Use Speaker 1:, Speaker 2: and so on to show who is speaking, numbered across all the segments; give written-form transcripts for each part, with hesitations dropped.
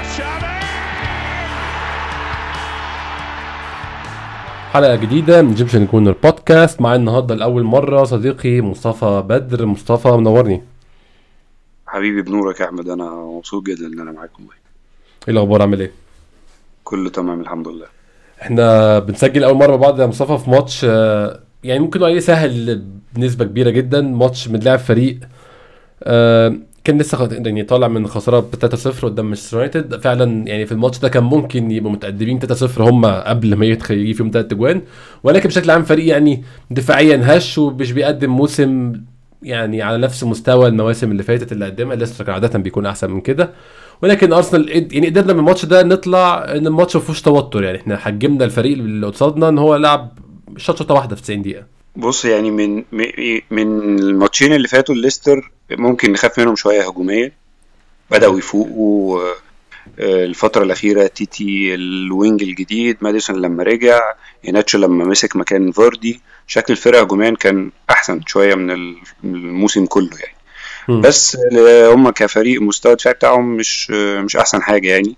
Speaker 1: حلقة جديدة من ايجيبشن كورنر بودكاست. معايا النهاردة لأول مرة صديقي مصطفى بدر. مصطفى منورني.
Speaker 2: حبيبي بنورك يا احمد، انا مبسوط جدا ان انا معاكم.
Speaker 1: ايه الأخبار، عامل ايه؟
Speaker 2: كله تمام الحمد لله.
Speaker 1: احنا بنسجل أول مرة مع بعض يا مصطفى في ماتش يعني ممكن نقول عليه سهل بنسبة كبيرة جدا. ماتش بنلعب فريق كان لسه يعني طالع من خسارة ب 3-0 قدام مانشستر يونايتد. فعلا يعني في الماتش ده كان ممكن يبقوا متقدمين 3-0 هم قبل ما يجي فيهم 3 اجوان، ولكن بشكل عام فريق يعني دفاعيا هش ومش بيقدم موسم يعني على نفس مستوى المواسم اللي فاتت اللي قدمها. ليستر عادة بيكون احسن من كده، ولكن ارسنال يعني قدرنا من الماتش ده نطلع ان الماتش ما فيهوش توتر. يعني احنا حجمنا الفريق اللي قصادنا ان هو لعب شوطه واحده في 90 دقيقه.
Speaker 2: بص يعني من الماتشين اللي فاتوا الليستر ممكن نخاف منهم شويه هجوميا، بداوا يفوقوا. الفتره الاخيره تيتي الوينج الجديد، ماديسون لما رجع، يناتشو لما مسك مكان فاردي، شكل الفرقه هجوميا كان احسن شويه من الموسم كله يعني. بس هم كفريق مستوى الدفاع بتاعهم مش احسن حاجه يعني،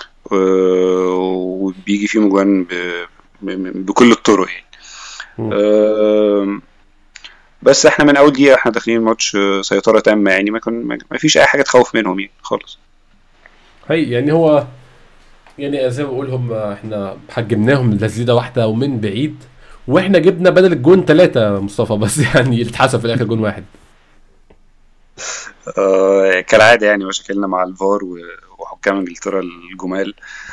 Speaker 2: وبيجي فيهم اجوان بكل الطرق يعني. بس احنا من اول دقيقه احنا داخلين الماتش سيطره تامه يعني، ما فيش اي حاجه تخوف منهم يعني خالص.
Speaker 1: هي يعني هو يعني زي ما بقول هم احنا حجمناهم لتسديده واحده ومن بعيد، واحنا جبنا بدل الجون 3 مصطفى بس يعني اتحسب في الاخر جون واحد.
Speaker 2: كالعاده يعني مشاكلنا مع الفار وحكام انجلترا الجمال.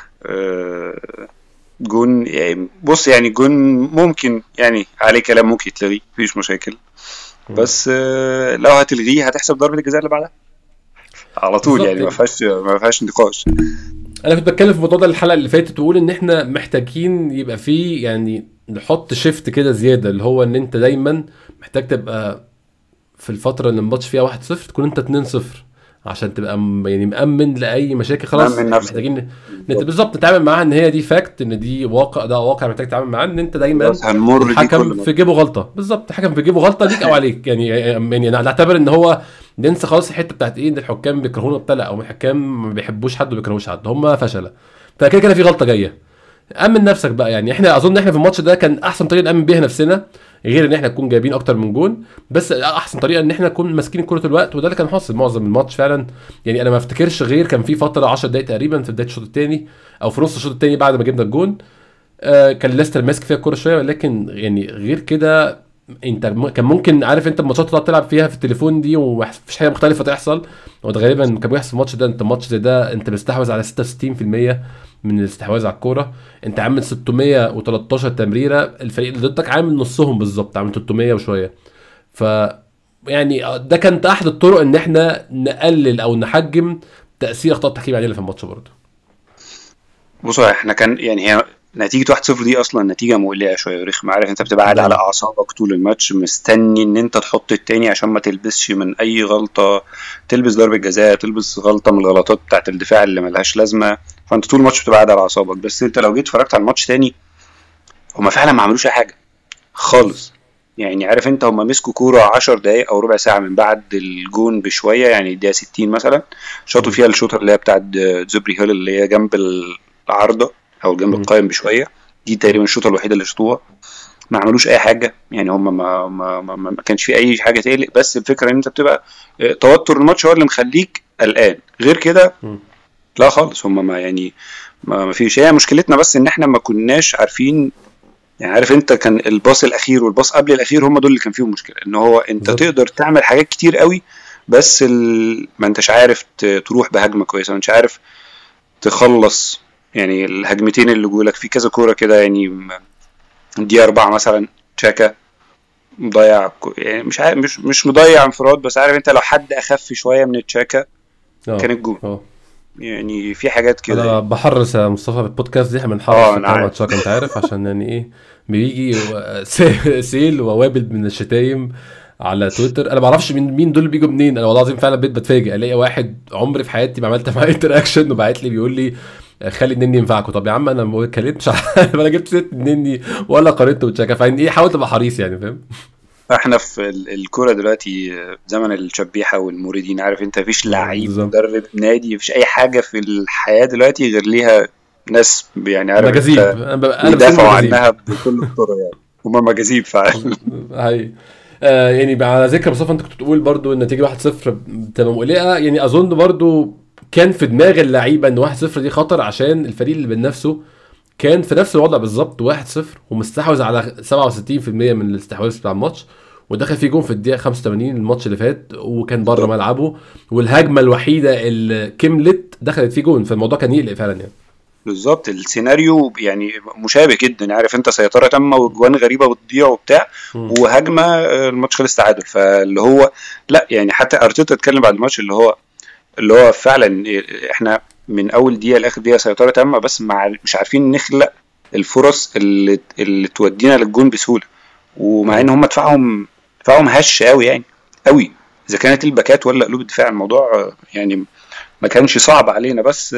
Speaker 2: جون يعني، بص يعني جون ممكن يعني عليه كلام، ممكن يتلغي مفيش مشاكل، بس لو هتلغيه هتحسب ضربة الجزاء اللي بعدها على طول يعني، ما فيهاش نقاش.
Speaker 1: انا كنت بتكلم في الموضوع ده الحلقه اللي فاتت وقول ان احنا محتاجين يبقى فيه يعني نحط شيفت كده زياده، اللي هو ان انت دايما محتاج تبقى في الفتره اللي الماتش فيها 1-0 تكون انت 2-0 عشان تبقى يعني مأمن لأي مشاكل. خلاص محتاجين انت بالظبط نتعامل معاها ان هي دي فاكت، ان دي واقع، ده واقع محتاج تتعامل معاه، ان انت دايما الحكم في جيبه غلطه. بالظبط الحكم في جيبه غلطه ليك او عليك يعني نعتبر ان هو ننسى خلاص الحته بتاعت ايه ان الحكام بيكرهونا بتاع، او الحكام ما بيحبوش حد وما بيكرهوش حد، هم فشله. فكده كده في غلطه جايه، امن نفسك بقى. يعني احنا اظن احنا في الماتش ده كان احسن طريقه نامن بيها نفسنا، غير ان احنا نكون جايبين اكتر من جون، بس احسن طريقه ان احنا نكون ماسكين الكره طول الوقت، وده اللي كان حاصل معظم الماتش فعلا. يعني انا ما افتكرش غير كان في فتره 10 دقائق تقريبا في بدايه الشوط الثاني او في نص الشوط الثاني بعد ما جبنا الجون كان ليستر ماسك فيها الكره شويه، ولكن يعني غير كده انت كان ممكن عارف انت الماتشات اللي تلعب فيها في التليفون دي ومفيش حاجه مختلفه تحصل، وده غالبا كان بيحصل في الماتش ده. انت ماتش زي ده انت مستحوذ على 66% من الاستحواذ على الكوره، انت عامل 613 تمريره، الفريق اللي ضدك عامل نصهم بالظبط، عامل 300 وشويه. ف يعني ده كانت احد الطرق ان احنا نقلل او نحجم تاثير اخطاء التحكيم علينا في الماتش برضه.
Speaker 2: بصوا احنا كان يعني هي نتيجة 1-0 دي اصلا نتيجة مقلقة شوية ورخمة، عارف انت بتبقى قاعد على اعصابك طول الماتش مستني ان انت تحط التاني عشان ما تلبسش من اي غلطة، تلبس ضربة جزاء، تلبس غلطة من الغلطات بتاعت الدفاع اللي ملهاش لازمة، فانت طول الماتش بتبقى قاعد على اعصابك. بس انت لو جيت اتفرجت على الماتش تاني هما فعلا ما عملوش اي حاجة خالص يعني. عارف انت هما مسكوا كورة 10 دقايق او ربع ساعة من بعد الجون بشوية، يعني الدقيقة 60 مثلا، شاطوا فيها الشوطة اللي هي بتاعت زوبري هيل اللي هي جنب العارضة او جنب القائم بشويه، دي تقريبا الشوطه الوحيده اللي شطوها. ما عملوش اي حاجه يعني، هم ما كانش في اي حاجه تقلق، بس الفكره ان انت بتبقى توتر الماتش هو اللي مخليك قلقان، غير كده لا خالص. هم ما يعني ما فيش. هي مشكلتنا بس ان احنا ما كناش عارفين يعني، عارف انت كان الباص الاخير والباص قبل الاخير هم دول اللي كان فيهم مشكله، ان هو انت تقدر تعمل حاجات كتير قوي بس ما انتش عارف تروح بهجمه كويسه، ما انتش عارف تخلص يعني الهجمتين اللي جولك في كذا كوره كده يعني. دي 4 مثلا تشاكا مضيع يعني، مش عارف مش مضيع انفراد، بس عارف انت لو حد اخف شويه من تشاكا كان الجول يعني. في حاجات كده
Speaker 1: انا
Speaker 2: يعني.
Speaker 1: بحرص يا مصطفى بالبودكاست دي احنا بنحرص في الكلام على تشاكا انت عارف، عشان يعني ايه بيجي سيل ووابل من الشتايم على تويتر. انا ما اعرفش مين دول بيجوا منين، انا والله العظيم فعلا بتفاجئ الاقي واحد عمري في حياتي ما عملت معاه انتراكشن وبعت لي بيقول لي خلي النني ينفعكم. طب يا عم انا ما اتكلمتش انا جبت ست النني ولا قارنته بتشاكا، فاهم ايه؟ حاولت ابقى حريص يعني، فاهم.
Speaker 2: احنا في الكوره دلوقتي زمن الشبيحه والموردين، عارف انت، مفيش لعيب
Speaker 1: بالظبط.
Speaker 2: مدرب نادي، مفيش اي حاجه في الحياه دلوقتي غير ليها ناس، يعني عارف
Speaker 1: مجاذيب،
Speaker 2: انت،
Speaker 1: انا بسمي
Speaker 2: بيدافعوا
Speaker 1: مجاذيب.
Speaker 2: عنها بكل الطرق يعني. هما مجاذيب فعلا.
Speaker 1: هاي. يعني على ذكر مصطفى، انت كنت بتقول برضو النتيجه 1-0 بتبقى مقلقه. يعني اظن برضو كان في دماغ اللعيبه ان 1-0 دي خطر، عشان الفريق اللي بنفسه كان في نفس الوضع بالظبط 1-0، ومستحوذ على 67% من الاستحواذ بتاع الماتش، ودخل فيه جون في الدقيقه 85 الماتش اللي فات، وكان بره
Speaker 2: بالظبط.
Speaker 1: ملعبه، والهجمه الوحيده اللي كملت دخلت فيه جون، فالموضوع كان يقلق فعلا يعني.
Speaker 2: بالظبط السيناريو يعني مشابه جدا، عارف انت، سيطره تامه واجوان غريبه بتضيع وبتاع،
Speaker 1: مم.
Speaker 2: وهجمه الماتش خلص تعادل. فاللي هو لا يعني، حتى ارتيتا اتكلم بعد الماتش اللي هو فعلا احنا من اول دقيقه لاخر دقيقه سيطره تامه، بس مش عارفين نخلق الفرص اللي تودينا للجون بسهوله. ومع ان
Speaker 1: ايوه.
Speaker 2: هم دفاعهم هش قوي يعني، قوي. اذا كانت الباكات ولا قلوب الدفاع، الموضوع يعني ما كانش صعب علينا، بس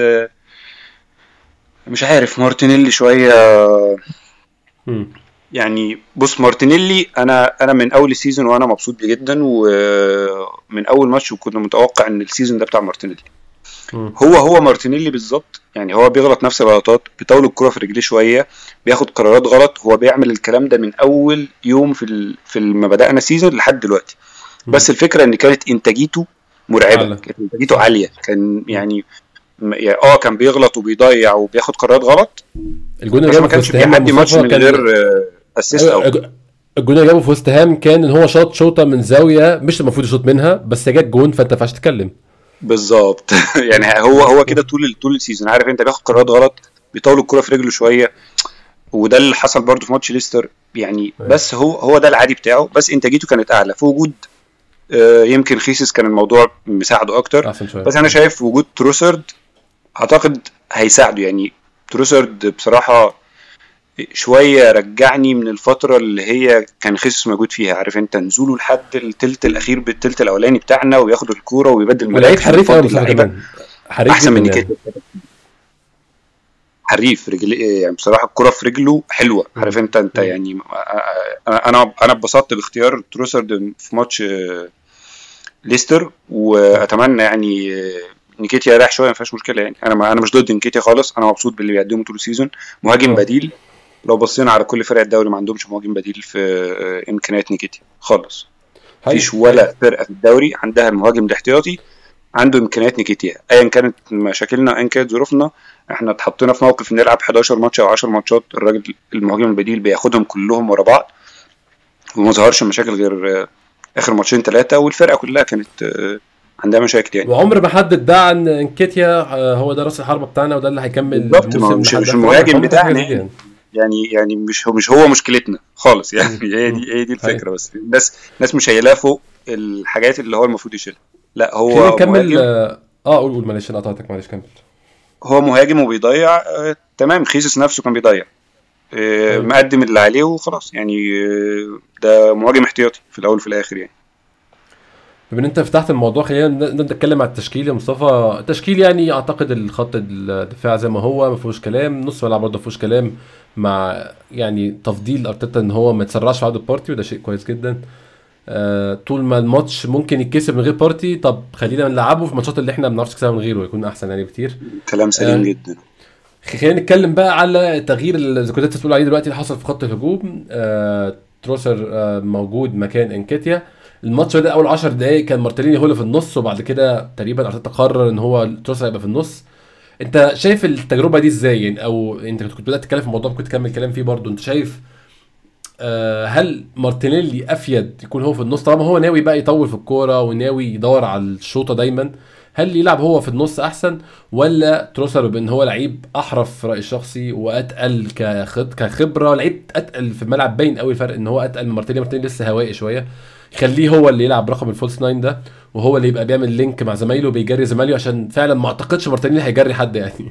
Speaker 2: مش عارف مارتينيلي شويه.
Speaker 1: مم.
Speaker 2: يعني بص، مارتينيلي انا من اول السيزون وانا مبسوط بيه جدا، ومن اول ماتش وكنت متوقع ان السيزون ده بتاع مارتينيلي.
Speaker 1: مم.
Speaker 2: هو مارتينيلي بالظبط يعني، هو بيغلط نفس الغلطات، بيطول الكرة في رجليه شويه، بياخد قرارات غلط. هو بيعمل الكلام ده من اول يوم ما بدأنا سيزون لحد دلوقتي.
Speaker 1: مم.
Speaker 2: بس الفكره ان كانت انتاجيته مرعبه،
Speaker 1: اعلى.
Speaker 2: كانت انتاجيته
Speaker 1: صح.
Speaker 2: عاليه، كان
Speaker 1: مم.
Speaker 2: يعني يعني كان بيغلط وبيضيع وبياخد قرارات غلط،
Speaker 1: الجون اللي
Speaker 2: بس
Speaker 1: جابه
Speaker 2: ما
Speaker 1: في
Speaker 2: كانش
Speaker 1: وست هام يا
Speaker 2: بيعدي ماتش
Speaker 1: مصطفى
Speaker 2: من غير
Speaker 1: كان.
Speaker 2: اسيست
Speaker 1: ايوه،
Speaker 2: او جول.
Speaker 1: الجون اللي جابه في وست هام كان ان هو شاط شوطه من زاويه مش المفروض يشوط منها، بس هي جت جون، فانت ما ينفعش تتكلم.
Speaker 2: بالظبط. يعني هو كده طول السيزون، عارف انت، بياخد قرارات غلط، بيطول الكرة في رجله شويه. وده اللي حصل برضه في ماتش ليستر يعني.
Speaker 1: أيوة.
Speaker 2: بس هو ده العادي بتاعه، بس انتاجيته كانت اعلى في وجود يمكن خيسس كان الموضوع مساعده اكتر.
Speaker 1: احسن شويه.
Speaker 2: بس انا شايف وجود تروسرد اعتقد هيساعده يعني. تروسرد بصراحة شوية رجعني من الفترة اللي هي كان خيسوس موجود فيها، عارف انت، نزوله لحد التلت الاخير بالتلت الاولاني بتاعنا، وياخد الكورة ويبدل
Speaker 1: ولعيب
Speaker 2: مراكز
Speaker 1: حريف قوي
Speaker 2: ويفضي
Speaker 1: مصطفى
Speaker 2: اللعيبة.
Speaker 1: كمان، حريف
Speaker 2: احسن
Speaker 1: جدا
Speaker 2: من
Speaker 1: يعني.
Speaker 2: نيكيتا. حريف رجل يعني، بصراحة الكرة في رجله حلوة، عارف
Speaker 1: مم.
Speaker 2: انت
Speaker 1: مم.
Speaker 2: يعني. انا اتبسطت باختيار تروسرد في ماتش ليستر،
Speaker 1: مم.
Speaker 2: واتمنى يعني نيكيتيا يريح شويه، ما فيهاش مشكله يعني. انا مش ضد نيكيتيا خالص، انا مبسوط باللي بيقدمه طول السيزون. مهاجم
Speaker 1: اه.
Speaker 2: بديل. لو بصينا على كل فرق الدوري ما عندهمش مهاجم بديل في امكانيات نيكيتيا خالص.
Speaker 1: هاي
Speaker 2: مفيش
Speaker 1: هاي.
Speaker 2: ولا فرقه في الدوري عندها المهاجم الاحتياطي عنده امكانيات نيكيتيا، ايا كانت مشاكلنا، ايا كانت ظروفنا. احنا اتحطينا في موقف نلعب 11 ماتش او 10 ماتشات، الراجل المهاجم البديل بياخدهم كلهم ورا بعض، وما ظهرش مشاكل غير اخر ماتشين ثلاثه، والفرقه كلها كانت عندها مشاكل يعني.
Speaker 1: وعمر ما حد ادعى ان انكيتيا هو ده راس الحربه بتاعنا وده اللي هيكمل
Speaker 2: بالظبط، ما هو
Speaker 1: الموسم
Speaker 2: مش
Speaker 1: لحد
Speaker 2: مش
Speaker 1: اخر. عمرك
Speaker 2: المهاجم
Speaker 1: عمرك ما حاجه
Speaker 2: بتاعنا
Speaker 1: زي دي
Speaker 2: يعني.
Speaker 1: يعني.
Speaker 2: يعني مش هو مشكلتنا خالص يعني.
Speaker 1: مم.
Speaker 2: هي
Speaker 1: مم.
Speaker 2: دي هي دي
Speaker 1: هاي.
Speaker 2: الفكره، بس الناس مش شايلاه فوق الحاجات اللي هو المفروض يشيلها. لا،
Speaker 1: خلينا
Speaker 2: هو
Speaker 1: نكمل.
Speaker 2: مهاجم.
Speaker 1: قول معلش، انا قطعتك، معلش كمل.
Speaker 2: هو مهاجم وبيضيع تمام. خيسوس نفسه كان بيضيع
Speaker 1: ايوه.
Speaker 2: مقدم اللي عليه وخلاص يعني. ده مهاجم احتياطي في الاول وفي الاخر يعني.
Speaker 1: بما ان انت فتحت الموضوع، خلينا نبدا نتكلم على التشكيل يا مصطفى. التشكيل يعني اعتقد الخط الدفاع زي ما هو ما فيهوش كلام، نص ملعب برضه ما فيهوش كلام، مع يعني تفضيل ارتيتا ان هو ما يتسرعش في عوده بارتي، وده شيء كويس جدا. طول ما الماتش ممكن يتكسب من غير بارتي، طب خلينا نلعبه في الماتشات اللي احنا ما بنعرفش نكسبها من غيره، يكون احسن يعني بكتير.
Speaker 2: كلام سليم
Speaker 1: آه
Speaker 2: جدا.
Speaker 1: خلينا نتكلم بقى على التغيير اللي كنت بتقول عليه دلوقتي اللي حصل في خط الهجوم. تروسر موجود مكان انكيتيا. الماتش بدأ اول 10 دقائق كان مارتينيلي هو اللي في النص، وبعد كده تقريبا ارتيتا قرر ان هو تروسر هيبقى في النص. انت شايف التجربه دي ازاي يعني؟ او انت كنت بدات تتكلم في الموضوع، كنت تكمل كلام فيه برضو. انت شايف هل مارتينيلي افيد يكون هو في النص طالما هو ناوي بقى يطول في الكوره وناوي يدور على الشوطه دايما؟ هل يلعب هو في النص احسن، ولا تروسر بان هو لعيب احرف في رايي الشخصي واتقل كخبره، لعيب اتقل في الملعب، باين قوي الفرق ان هو اتقل من مارتينيلي. مارتينيلي لسه هوائي شويه، خليه هو اللي يلعب رقم الفولس ناين ده، وهو اللي يبقى بيعمل لينك مع زمايله وبيجري زمايله، عشان فعلا ما اعتقدش مارتينيلي هيجري حد يعني.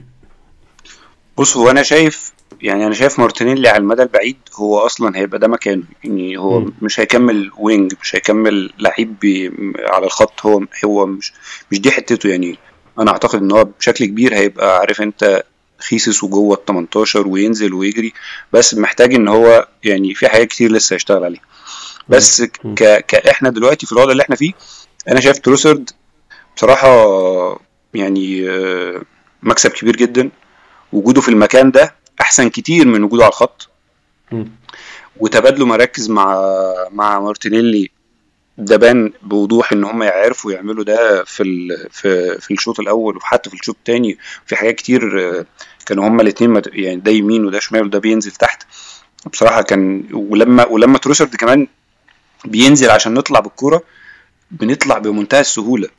Speaker 2: بص، هو انا شايف مارتينيلي على المدى البعيد هو اصلا هيبقى ده مكانه يعني. هو
Speaker 1: مم.
Speaker 2: مش هيكمل وينج، مش هيكمل لعيب على الخط. هو مش دي حتته يعني. انا اعتقد ان هو بشكل كبير هيبقى، عارف انت، خيسس وجوه ال 18 وينزل ويجري، بس محتاج ان هو يعني في حاجات كتير لسه هيشتغل عليها. بس احنا دلوقتي في الوضع اللي احنا فيه، انا شايف تروسرد بصراحه يعني مكسب كبير جدا. وجوده في المكان ده احسن كتير من وجوده على الخط. وتبادلوا مراكز مع مارتينيلي ده بان بوضوح ان هم يعرفوا يعملوا ده في الشوط الاول وحتى في الشوط الثاني. في حاجات كتير كانوا هم الاثنين يعني ده يمين وده شمال وده بينزل تحت بصراحه. كان ولما تروسرد كمان بينزل عشان نطلع بالكوره بنطلع بمنتهى السهوله.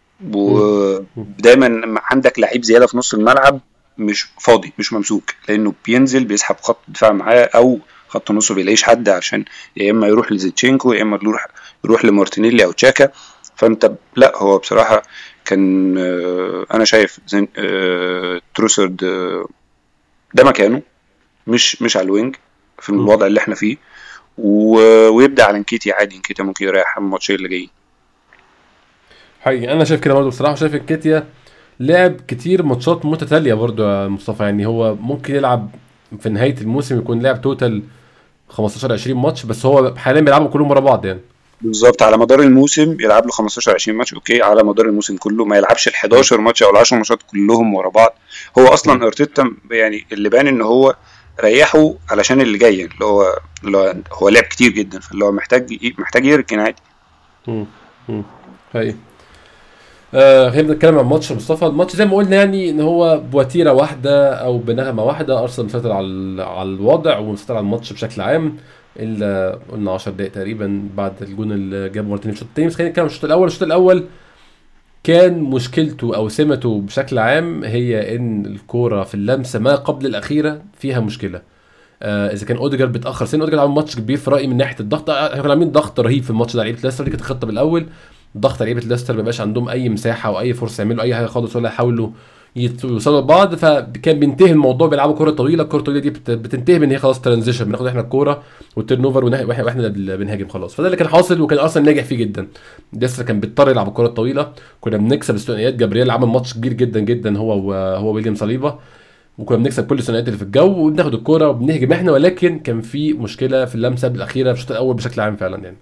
Speaker 2: ودايما عندك لعيب زياده في نص الملعب مش فاضي مش ممسوك، لانه بينزل بيسحب خط الدفاع معاه او خط النص بيلاقيش حد عشان يا اما يروح لزيتشينكو يا اما يروح لمارتينيلي او تشاكا. فانت لا هو بصراحه كان انا شايف تروسرد ده مكانه مش على الوينج في الوضع اللي احنا فيه. ويبدا على نكيتي عادي. نكيتي ممكن يريح الماتشين اللي جايين.
Speaker 1: حقيقي انا شايف كده برضه بصراحه. شايف نكيتيا لعب كتير ماتشات متتاليه برضه يا مصطفى، يعني هو ممكن يلعب في نهايه الموسم يكون لعب توتال 15 20 ماتش، بس هو حاليا بيلعبوا كلهم ورا بعض يعني.
Speaker 2: بالظبط على مدار الموسم يلعب له 15 20 ماتش اوكي، على مدار الموسم كله ما يلعبش ال 11 ماتش او ال 10 ماتشات كلهم ورا بعض. هو اصلا ارتيتا يعني اللي بان ان هو ريحه علشان اللي جاي اللي هو لعب كتير جدا، فاللي هو محتاج يركن عادي.
Speaker 1: هاي خلينا نتكلم عن ماتش مصطفى. الماتش زي ما قلنا يعني ان هو بوتيره واحده او بنغمه واحده ارسنال مسيطر على الوضع ومسيطر على الماتش بشكل عام، الا قلنا 10 دقائق تقريبا بعد الجون اللي جابه مارتينيز الشوط الثاني. بس خلينا نتكلم عن الشوط الاول. الشوط الاول كان مشكلته او سمته بشكل عام هي ان الكوره في اللمسه ما قبل الاخيره فيها مشكله. اذا كان اوديجارد بيتاخر سن، اوديجارد عمل ماتش كبير في رايي من ناحيه الضغط. احنا كنا عاملين ضغط رهيب في الماتش ده. لعيبه ليستر دي كانت الخطه بالاول ضغط لعيبه ليستر، ما بقاش عندهم اي مساحه او اي فرصه يعملوا اي حاجه خالص ولا يحاولوا يوصلوا لبعض. فكان بينتهي الموضوع بيلعبوا كره طويله. الكره الطويله دي بتنتهي بان هي خلاص ترانزيشن، بناخد احنا الكوره والتيرن اوفر واحنا بنهاجم خلاص. فده اللي كان حاصل وكان ارسنال ناجح فيه جدا. ليستر كان بيضطر يلعب الكره الطويله. كنا بنكسب الثنائيات. جابرييل عمل ماتش كبير جدا جدا هو ويليام صليبا، وكنا بنكسب كل الثنائيات اللي في الجو وبناخد الكوره وبنهجم احنا. ولكن كان في مشكله في اللمسه بالاخيره في الشوط الاول بشكل عام فعلا يعني.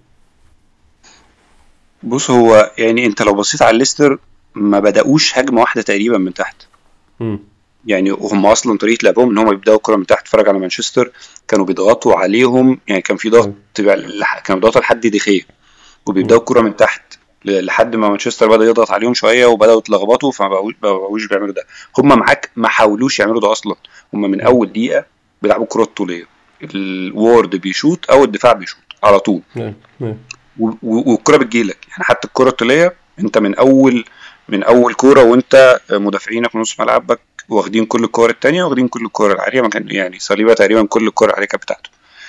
Speaker 2: بص هو يعني انت لو بصيت على ليستر ما بدأوش هجمه واحده تقريبا من تحت. يعني هم اصلا طريقه لعبهم ان هم بيبداوا الكره من تحت. اتفرج على مانشستر كانوا بيضغطوا عليهم، يعني كان في ضغط كانوا بيضغطوا لحد دخيه وبيبداوا الكره من تحت لحد ما مانشستر بدا يضغط عليهم شويه وبداوا يتلخبطوا فما بقوش بيعملوا ده. هم معاك ما حاولوش يعملوا ده اصلا. هم من اول دقيقه بيلعبوا الكره الطوليه، الوورد بيشوط او الدفاع بيشوط على طول والكره بتجيلك. يعني حتى الكره الطوليه انت من اول كوره وانت مدافعينك في نص ملعبك واخدين كل الكور التانية واخدين كل الكور العاليه. ما كان يعني صليبه تقريبا كل الكور العاليه كانت بتاعته.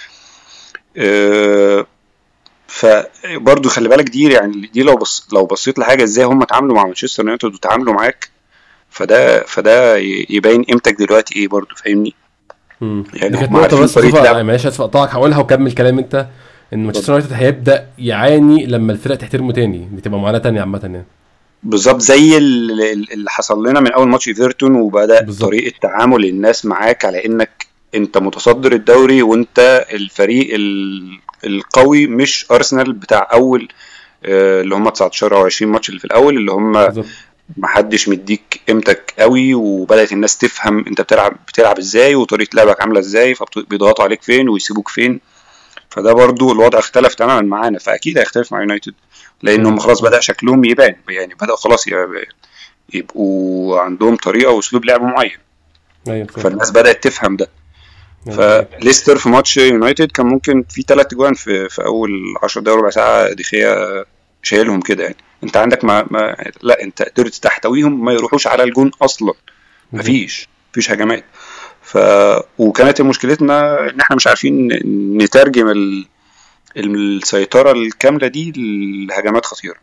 Speaker 2: فبرضه خلي بالك دي يعني دي لو بصيت لحاجه ازاي هم اتعاملوا مع مانشستر يونايتد وتعاملوا معاك، فده يبين قيمتك دلوقتي ايه برضه. فاهمني؟
Speaker 1: يعني هم عارفين بس طريقه. معلش اسف اقطعك هقولها وكمل كلام انت. ان مانشستر يونايتد هيبدا يعاني لما الفرق تحترمه تاني، دي تبقى معاناه تانية عامه يعني.
Speaker 2: بالظبط زي اللي حصل لنا من اول ماتش ايفرتون، وبدا بالزبط. طريقه تعامل الناس معاك على انك انت متصدر الدوري وانت الفريق القوي مش ارسنال بتاع اول اللي هم 19 او 20 ماتش اللي في الاول اللي هم محدش مديك قيمتك قوي. وبدات الناس تفهم انت بتلعب ازاي وطريقه لعبك عامله ازاي، فبيضغطوا عليك فين ويسيبوك فين. فده برضو الوضع اختلف تماما معانا، فاكيد هيختلف مع يونايتد لانهم خلاص بدا شكلهم يبان. يعني بدأ خلاص يبقوا عندهم طريقه واسلوب لعب معين. فالناس بدات تفهم ده. فليستر في ماتش يونايتد كان ممكن في 3 جوان في اول 10 دقايق ربع ساعه دخيه شايلهم كده. يعني انت عندك لا انت قدرت تحتويهم ما يروحوش على الجون اصلا. مفيش هجمات. وكانت مشكلتنا ان احنا مش عارفين نترجم السيطره الكامله دي لهجمات خطيره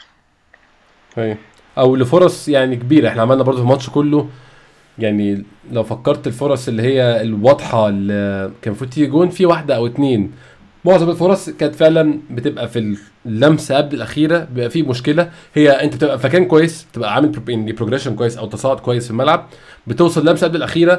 Speaker 1: او لفرص يعني كبيره. احنا عملنا برضو في الماتش كله يعني لو فكرت الفرص اللي هي الواضحه اللي كان المفروض تيجي جون في واحده او 2، معظم الفرص كانت فعلا بتبقى في اللمسه قبل الاخيره. بيبقى فيه مشكله، هي انت بتبقى في مكان كويس، بتبقى عامل بروجريشن كويس او تصاعد كويس في الملعب، بتوصل لمسه قبل الاخيره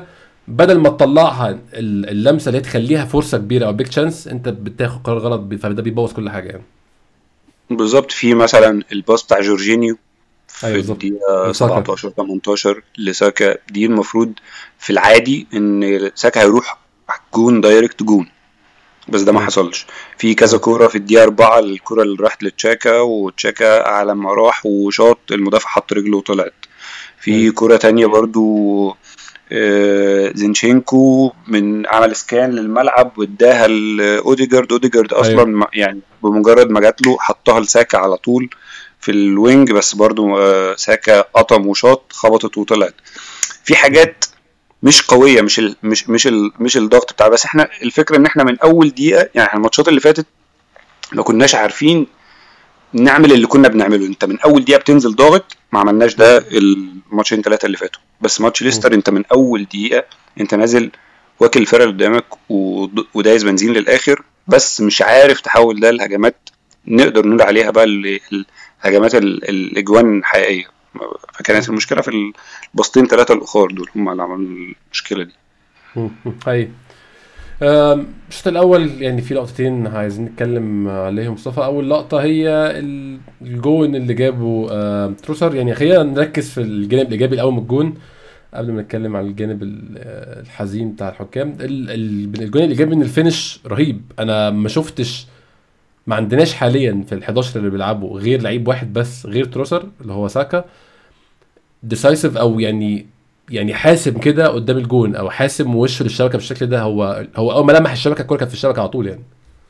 Speaker 1: بدل ما تطلعها اللمسه اللي تخليها فرصه كبيره او بيك تشانس، انت بتاخد قرار غلط، فده بيبوظ كل حاجه يعني.
Speaker 2: بالظبط. في مثلا الباس بتاع جورجينيو
Speaker 1: ايوه
Speaker 2: في
Speaker 1: بالظبط.
Speaker 2: الدقيقة
Speaker 1: ساكا.
Speaker 2: 17 18 لساكا، دي المفروض في العادي ان ساكا هيروح جون دايركت جون، بس ده ما
Speaker 1: مم.
Speaker 2: حصلش. في كذا
Speaker 1: اه.
Speaker 2: كورة في الدقيقة 4، الكورة اللي راحت لتشاكا وتشاكا على ما راح وشاط المدافع حط رجله وطلعت.
Speaker 1: ايوه.
Speaker 2: في كورة تانية برضو زينشينكو من عمل سكان للملعب واداها لاوديجارد، اوديجارد اصلا
Speaker 1: ايوه.
Speaker 2: يعني بمجرد ما جات له حطها لساكا على طول في الوينج، بس برضو ساكا قطم وشاط خبطت وطلعت. في
Speaker 1: مم.
Speaker 2: حاجات مش قويه، مش الضغط بتاع، بس احنا الفكره ان احنا من اول دقيقه، يعني احنا الماتشات اللي فاتت ما كناش عارفين نعمل اللي كنا بنعمله. انت من اول دقيقه بتنزل ضاغط، ما عملناش
Speaker 1: مم.
Speaker 2: ده الماتشين ثلاثه اللي فاتوا، بس ماتش
Speaker 1: مم.
Speaker 2: ليستر انت من اول دقيقه انت نازل واكل الفرقه اللي قدامك ودايس بنزين للاخر، بس مش عارف تحول ده لهجمات نقدر نقول عليها بقى الهجمات الاجوان حقيقيه. فكانت
Speaker 1: مم.
Speaker 2: المشكله في البسطين ثلاثه الاخر دول هم اللي عملوا المشكله دي.
Speaker 1: مم. ايوه. الشوط الاول يعني في لقطتين عايزين نتكلم عليهم مصطفى. اول لقطه هي الجون اللي جابه تروسر. يعني خلينا نركز في الجانب الايجابي الاول من الجون قبل ما نتكلم على الجانب الحزين بتاع الحكام. الجون الايجابي ان الفينش رهيب. انا ما شفتش، ما عندناش حاليا في ال11 اللي بيلعبوا غير لعيب واحد بس غير تروسر اللي هو ساكا، ديسايسيف او يعني حاسم كده قدام الجون، او حاسم وشه للشبكه بالشكل ده. هو اول ما لمح الشبكه الكوره كانت في الشبكه على طول يعني.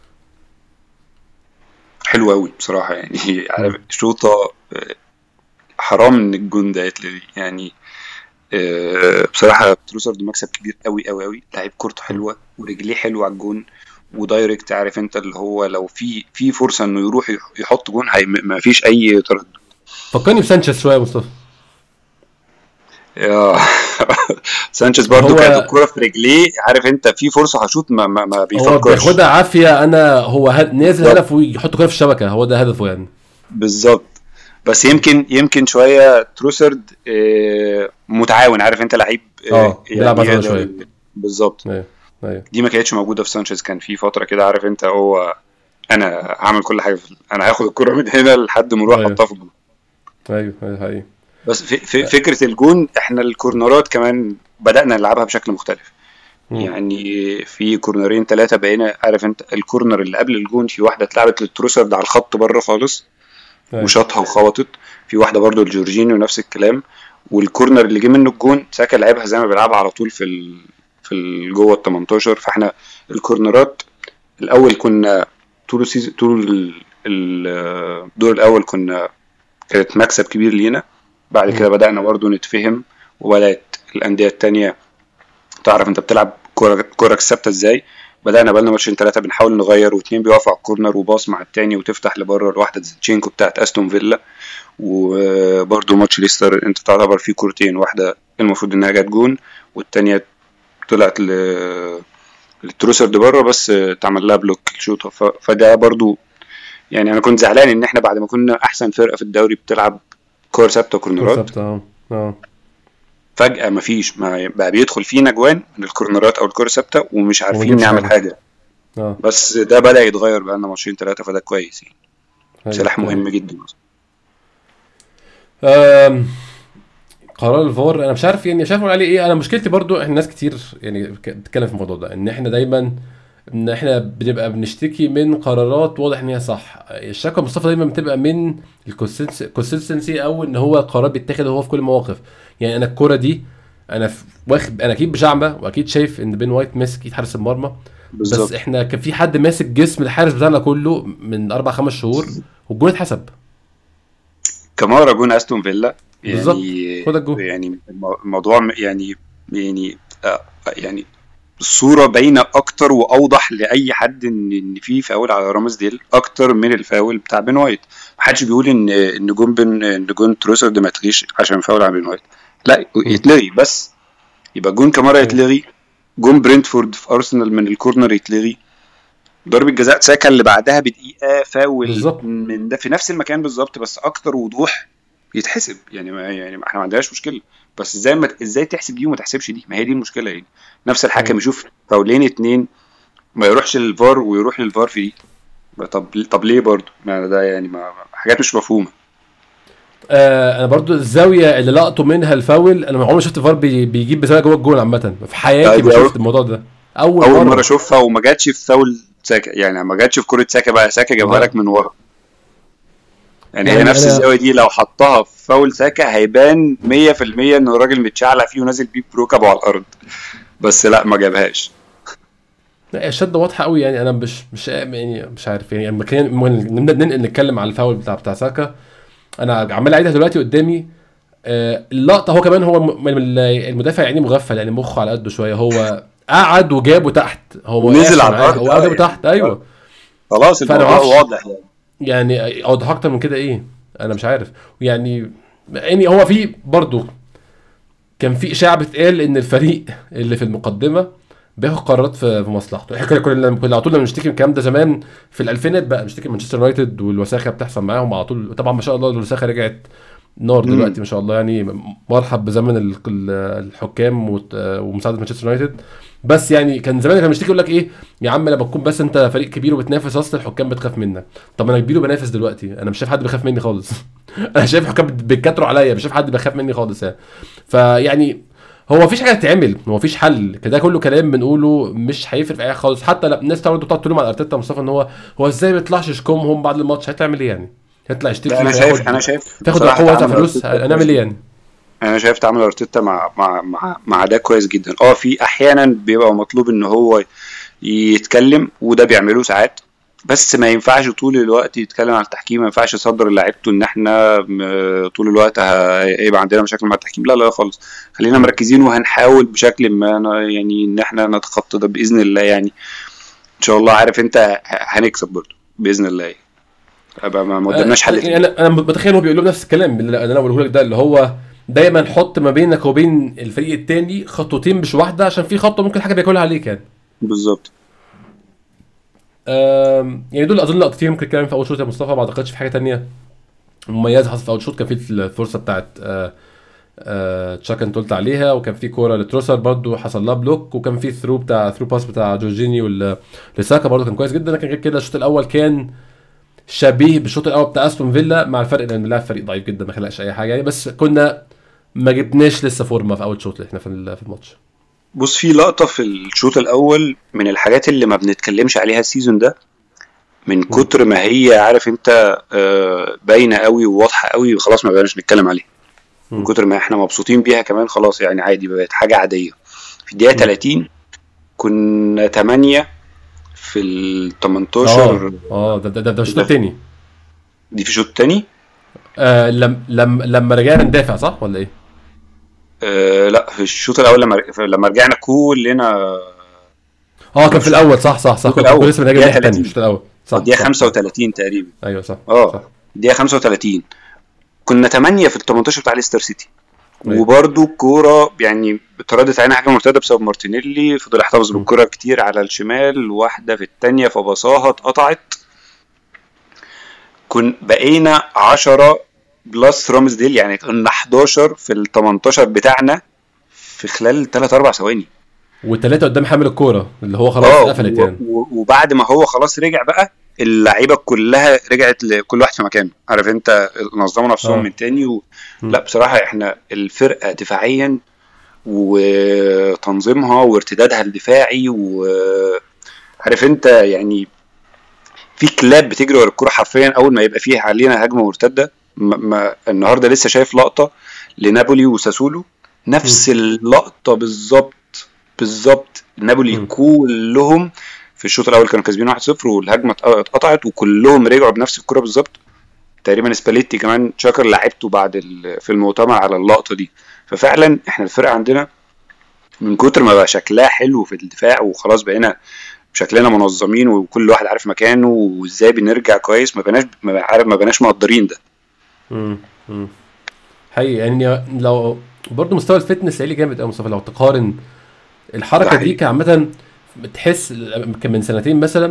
Speaker 2: حلو قوي بصراحه يعني عارف
Speaker 1: مم.
Speaker 2: شوطه حرام ان الجون ده يتلغي يعني. بصراحة تروسارد مكسب كبير قوي قوي قوي، لعيب كورته
Speaker 1: مم.
Speaker 2: حلوة ورجليه حلوة على الجون ودايركت، عارف انت اللي هو لو في فرصة انه يروح يحط جون ما فيش اي تردد.
Speaker 1: فكرني بسانشيز شويه يا مصطفى.
Speaker 2: يا سانشيز
Speaker 1: اللي
Speaker 2: برضو كانت
Speaker 1: هو
Speaker 2: الكرة في رجليه، عارف انت في فرصة هشوط ما
Speaker 1: هو
Speaker 2: بيفكرش.
Speaker 1: بياخدها عافيه. انا هو نازل
Speaker 2: بالظبط
Speaker 1: هدف ويحط كوره في الشبكه، هو ده هدفه يعني.
Speaker 2: بالظبط. بس
Speaker 1: مم.
Speaker 2: يمكن شوية تروسرد متعاون، عارف انت لعيب
Speaker 1: اه بيلعب
Speaker 2: يعني
Speaker 1: عزله
Speaker 2: يقدر
Speaker 1: شويه.
Speaker 2: بالظبط.
Speaker 1: ايوه. ايوه.
Speaker 2: دي ما كانتش موجودة في سانشيز، كان في فترة كده عارف انت هو انا هعمل كل حاجة انا هاخد الكرة من هنا لحد ما اروح
Speaker 1: ايوه.
Speaker 2: احطها في الجون.
Speaker 1: ايوه. ايوه حقيقي.
Speaker 2: بس في فكرة الجون احنا الكورنرات كمان بدأنا نلعبها بشكل مختلف.
Speaker 1: مم.
Speaker 2: يعني في كورنرين ثلاثة بقينا، عارف انت الكورنر اللي قبل الجون في واحدة اتلعبت للتروسرد على الخط بره خالص
Speaker 1: ايوه.
Speaker 2: وشاطها وخبطت، في واحدة برضو لجورجينيو نفس الكلام، والكورنر اللي جه منه الجون ساكا لعبها زي ما بيلعبها على طول جوه ال 18. فاحنا الكورنرات الاول كنا طول الدور الاول كانت مكسب كبير لينا. بعد
Speaker 1: مم.
Speaker 2: كده بدأنا برضو نتفهم، وبدأت الأندية التانية تعرف انت بتلعب كورك ثابتة ازاي. بدأنا بقالنا ماتشين ثلاثة بنحاول نغير، واتنين بيقفوا على الكورنر وباص مع التاني وتفتح لبره الواحدة زيتشينكو بتاعت استون فيلا. وبرضو ماتش ليستر انت تعتبر فيه كورتين، واحدة المفروض انها جت جون والتانية طلعت للتروسرد بره بس اتعمل لها بلوك الشوطة. فده برضو يعني انا كنت زعلان ان احنا بعد ما كنا احسن فرقة في الدوري بتلعب كور ثابتة
Speaker 1: كور
Speaker 2: وكورنرات،
Speaker 1: ثابته. اه. اه.
Speaker 2: فجأة مفيش، ما بقى بيدخل فينا جوان من الكورنرات او الكور ثابتة ومش
Speaker 1: وما
Speaker 2: عارفين
Speaker 1: نجيبش
Speaker 2: نعمل
Speaker 1: حاجه.
Speaker 2: حاجة.
Speaker 1: اه.
Speaker 2: بس ده بدأ يتغير بقالنا ماتشين ثلاثة، فده كويس يعني،
Speaker 1: ايوه.
Speaker 2: سلاح
Speaker 1: ايوه.
Speaker 2: مهم جدا.
Speaker 1: آم، قرار الفار انا مش عارف يعني، مش عارف اقول عليه ايه. انا مشكلتي برضو احنا ناس كتير يعني بتتكلم في الموضوع ده، ان احنا دايما ان احنا بنبقى بنشتكي من قرارات واضح ان هي صح. الشكوى مصطفى دايما بتبقى من الكونسيستنسي، او ان هو القرار بيتاخد هو في كل المواقف. يعني انا الكرة دي انا واخد، انا اكيد بشعبة واكيد شايف ان بين وايت ماسك ايد حارس المرمى، بس
Speaker 2: بالظبط.
Speaker 1: احنا كان في حد ماسك جسم الحارس بتاعنا كله من 4 5 شهور والجول اتحسب.
Speaker 2: كمارا جون استون فيلا
Speaker 1: بالظبط.
Speaker 2: يعني،
Speaker 1: خد الجول.
Speaker 2: يعني الموضوع يعني يعني الصورة باينة أكتر وأوضح لأي حد إن في فاول على رامز ديل أكتر من الفاول بتاع بين وايت. محدش بيقول إن جون تروسرد ما يتلغيش عشان فاول على بين وايت، لا
Speaker 1: مم.
Speaker 2: يتلغي، بس يبقى جون كمارا
Speaker 1: ايوه
Speaker 2: يتلغي، جون برينتفورد في أرسنال من الكورنر يتلغي، ضربة جزاء ساكا اللي بعدها بدقيقة فاول
Speaker 1: بالظبط.
Speaker 2: من ده في نفس المكان بالظبط بس أكتر وضوح يتحسب يعني، يعني احنا ما عندناش مشكله، بس ازاي تحسب دي وما تحسبش دي؟ ما هي دي المشكله يعني. نفس الحكم
Speaker 1: مم.
Speaker 2: يشوف فاولين اتنين ما يروحش للفار ويروح للفار في دي. طب ليه برضه؟ ما ده يعني ما حاجات مش مفهومه.
Speaker 1: انا برضو الزاويه اللي لقطوا منها الفاول، انا عمري ما شفت فار بيجيب بزاويه جوه الجول عامه في حياتي، ما
Speaker 2: دي
Speaker 1: شفت الموضوع ده اول
Speaker 2: اول مره
Speaker 1: مره.
Speaker 2: اشوفها، وما جاتش في فاول ساكا يعني، ما جاتش في كره ساكا بقى، ساكا جابها
Speaker 1: لا
Speaker 2: لك من ورا. يعني هي
Speaker 1: يعني
Speaker 2: نفس
Speaker 1: انا
Speaker 2: الزاويه دي لو حطها في فاول ساكا هيبان 100% ان الراجل متشعلق فيه ونازل بيه بركبه على الارض، بس لا ما جابهاش.
Speaker 1: لا، الشده واضحه قوي يعني. انا مش يعني مش عارف يعني لما كان نبدا ننقل نتكلم على الفاول بتاع ساكا. انا عمال اعيدها دلوقتي قدامي. اللقطه هو كمان هو المدافع يعني مغفل يعني، مخه على قده شويه. هو قعد وجابه تحت، هو ما
Speaker 2: ونزل
Speaker 1: وقعش
Speaker 2: على
Speaker 1: معاه،
Speaker 2: الارض
Speaker 1: هو قعد جابه
Speaker 2: يعني.
Speaker 1: تحت. ايوه.
Speaker 2: خلاص
Speaker 1: فانا ما
Speaker 2: الموضوع
Speaker 1: اعرفش
Speaker 2: واضح يعني.
Speaker 1: يعني اوضح اكتر من كده ايه. انا مش عارف يعني هو في برضه كان في اشاعه بتقال ان الفريق اللي في المقدمه بياخد قرارات في مصلحته. احنا كنا على طول لما نشتكي من الكلام ده زمان في الالفينات بقى، نشتكي من مانشستر يونايتد والوساخه بتحصل معاهم على طول. طبعا ما شاء الله الوساخه رجعت نار
Speaker 2: امم
Speaker 1: دلوقتي ما شاء الله يعني. مرحب بزمن الحكام ومساعده مانشستر يونايتد. بس يعني كان زمان كان بيشتكي يقول لك ايه، يا عم لما تكون بس انت فريق كبير وبتنافس اصل الحكام بتخاف منك. طب انا كبير وبنافس دلوقتي، انا مش شايف حد بيخاف مني خالص. انا شايف حكام بيتكتروا عليا، مش شايف حد بيخاف مني خالص يعني. فيعني هو مفيش حاجه تتعمل، هو مفيش حل كده، كله كلام بنقوله مش هيفرق في اي حاجه خالص. حتى الناس برضه بتقعد تلوم على ارتيتا مصطفى ان هو ازاي ما بيطلعش يشكمهم بعد الماتش. هتعمل ايه يعني؟ هيطلع
Speaker 2: لا،
Speaker 1: يشتكي
Speaker 2: انا
Speaker 1: فياخد
Speaker 2: شايف
Speaker 1: تاخد
Speaker 2: بصراحه
Speaker 1: العقوبه ويدفع
Speaker 2: تعامل
Speaker 1: فلوس،
Speaker 2: ارتيتا كويس
Speaker 1: هنعمل ايه
Speaker 2: جدا.
Speaker 1: يعني؟
Speaker 2: انا شايف تعامل ارتيتا مع ده كويس جدا. في احيانا بيبقى مطلوب ان هو يتكلم، وده بيعملوه ساعات، بس ما ينفعش طول الوقت يتكلم عن التحكيم. ما ينفعش يصدر لعيبته ان احنا طول الوقت هيبقى عندنا مشاكل مع التحكيم. لا لا خالص، خلينا
Speaker 1: مم.
Speaker 2: مركزين وهنحاول بشكل ما يعني ان احنا نتخطى ده باذن الله يعني. ان شاء الله. عارف انت هنكسب برضه باذن الله يعني. ابقى ما قدامناش حل
Speaker 1: يعني
Speaker 2: تاني.
Speaker 1: انا متخيل هو بيقول لهم نفس الكلام اللي انا بقوله لك ده، اللي هو دايما حط ما بينك وبين الفريق التاني خطوتين مش واحده، عشان في خطوه ممكن حاجه بياكلها عليك يعني.
Speaker 2: بالظبط.
Speaker 1: يعني دول اظن لقطتين ممكن نتكلم في اول شوط يا مصطفى، ما اعتقدش في حاجه تانية مميزه حصلت في اول شوط. كان في الفرصه بتاعت تشاكا انت قلت عليها، وكان في كوره لتروسر برضو حصل لها بلوك، وكان في ثرو باس بتاع جورجينيو لساكا برضو كان كويس جدا. لكن غير كده الشوط الاول كان شبيه بالشوط الاول بتاع استون فيلا، مع الفرق ان اللاعب فريق ضعيف جدا ما خلقش اي حاجه يعني. بس كنا ما جبناش لسه فورمه في اول شوط اللي احنا في الماتش.
Speaker 2: بص، في لقطة في الشوط الأول من الحاجات اللي ما بنتكلمش عليها السيزون ده، من
Speaker 1: مم.
Speaker 2: كتر ما هي عارف انت باينة قوي وواضحة قوي، خلاص ما بقناش نتكلم عليها. من
Speaker 1: مم.
Speaker 2: كتر ما احنا مبسوطين بيها كمان خلاص يعني، عادي بقت حاجة عادية. في الدقيقة
Speaker 1: مم.
Speaker 2: 30 كنا 8 في ال
Speaker 1: اه
Speaker 2: 18.
Speaker 1: اه ده الشوط
Speaker 2: ده في-
Speaker 1: التاني.
Speaker 2: دي في الشوط التاني.
Speaker 1: لما رجعنا ندافع صح ولا ايه؟
Speaker 2: لا، في الشوط الأول لما رجعنا كلنا.
Speaker 1: اه
Speaker 2: كنا
Speaker 1: كان
Speaker 2: في
Speaker 1: في
Speaker 2: الشوط
Speaker 1: الاول صح صح صح،
Speaker 2: الشوط
Speaker 1: كنا
Speaker 2: الأول
Speaker 1: لسه
Speaker 2: في
Speaker 1: بنهاجم
Speaker 2: الدقيقة
Speaker 1: الناحيه التانيه
Speaker 2: 30
Speaker 1: الشوط الاول.
Speaker 2: أو
Speaker 1: صح
Speaker 2: الدقيقة
Speaker 1: صح صح.
Speaker 2: 35 تقريبا.
Speaker 1: ايوه صح صح.
Speaker 2: الدقيقة 35 كنا 8 في ال 18 بتاع ليستر سيتي.
Speaker 1: ايوه.
Speaker 2: وبرده الكوره يعني اتردت علينا حاجه مرتده بسبب مارتينيلي، فضل يحتفظ
Speaker 1: مم.
Speaker 2: بالكوره كتير على الشمال، واحده في التانية فبصاها اتقطعت. بقينا 10 بلس رامز ديل، يعني كنا 11 في ال 18 بتاعنا في خلال 3 4 ثواني.
Speaker 1: والتلاته قدام حامل الكوره اللي هو خلاص
Speaker 2: اه
Speaker 1: قفلت يعني.
Speaker 2: وبعد ما هو خلاص رجع بقى، اللعيبه كلها رجعت لكل واحد في مكانه، عارف انت، نظموا نفسهم
Speaker 1: اه.
Speaker 2: من تاني
Speaker 1: مم.
Speaker 2: لا بصراحه احنا الفرقه دفاعيا وتنظيمها وارتدادها الدفاعي، وعارف انت يعني في كلاب بتجري ورا الكرة حرفيا اول ما يبقى فيه علينا هجمه مرتده. النهارده لسه شايف لقطه لنابولي وساسولو،
Speaker 1: مم.
Speaker 2: نفس اللقطه بالظبط. بالظبط نابولي
Speaker 1: مم.
Speaker 2: كلهم في الشوط الاول كانوا كاسبين 1-0 والهجمه اتقطعت وكلهم رجعوا بنفس الكرة بالظبط. تقريبا سباليتي كمان شكر لعيبته بعد في المؤتمر على اللقطه دي. ففعلا احنا الفرقه عندنا من كتر ما بقى شكلها حلو في الدفاع وخلاص بقينا شكلنا منظمين وكل واحد عارف مكانه وازاي بنرجع كويس، ما بقناش مقدرين ده.
Speaker 1: مم. مم. حقيقي يعني لو برضه مستوى الفتنس عالي جامد قوي مصطفى، لو تقارن
Speaker 2: ده
Speaker 1: الحركه دي
Speaker 2: حقيقي.
Speaker 1: كعامه بتحس كان من سنتين مثلا